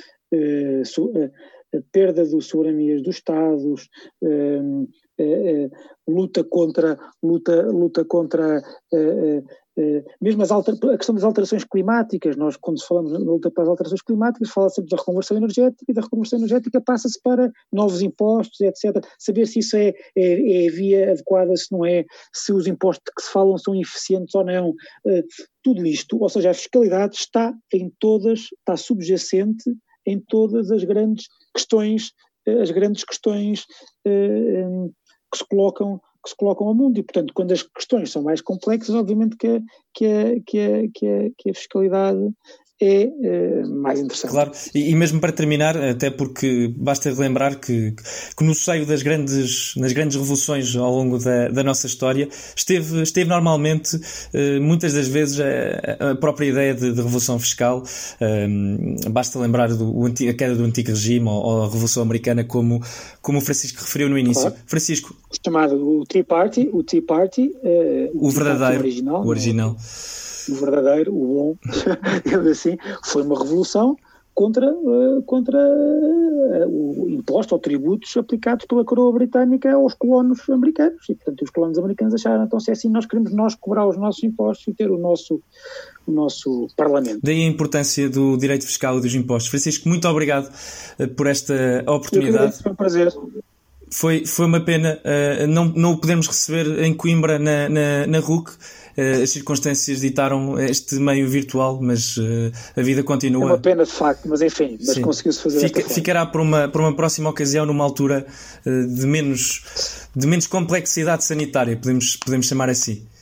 uh, so, uh, a perda de soberanias dos Estados, um, uh, uh, luta contra, luta, luta contra uh, uh, uh, mesmo as alter, a questão das alterações climáticas. Nós, quando falamos na luta para as alterações climáticas, fala sempre da reconversão energética, e da reconversão energética passa-se para novos impostos, etcétera. Saber se isso é, é, é a via adequada, se não é, se os impostos que se falam são eficientes ou não. Uh, tudo isto, ou seja, a fiscalidade está em todas, está subjacente em todas as grandes questões, as grandes questões uh, que se colocam, que se colocam ao mundo, e portanto quando as questões são mais complexas, obviamente que a, que a, que a, que a, que a fiscalidade é uh, mais interessante. Claro, e, e mesmo para terminar, até porque basta lembrar que, que no seio das grandes, nas grandes revoluções ao longo da, da nossa história, esteve, esteve normalmente, uh, muitas das vezes, a, a própria ideia de, de revolução fiscal. Um, basta lembrar do, o, a queda do antigo regime, ou, ou a Revolução Americana, como, como o Francisco referiu no início. Claro. Francisco. Chamado o Tea Party, o Tea Party, uh, o, o verdadeiro, original, o original. O verdadeiro, o bom, assim, foi uma revolução contra, uh, contra uh, o imposto ou tributos aplicados pela coroa britânica aos colonos americanos, e portanto os colonos americanos acharam, então se é assim nós queremos nós cobrar os nossos impostos e ter o nosso, o nosso parlamento. Daí a importância do direito fiscal e dos impostos. Francisco, muito obrigado uh, por esta oportunidade. Foi um prazer. Foi, foi uma pena uh, não, não o podermos receber em Coimbra, na, na, na R U C, as circunstâncias ditaram este meio virtual, mas uh, a vida continua. É uma pena de facto, mas enfim, mas conseguiu-se fazer. Fica, ficará para uma, para uma próxima ocasião, numa altura uh, de, menos, de menos complexidade sanitária, podemos, podemos chamar assim.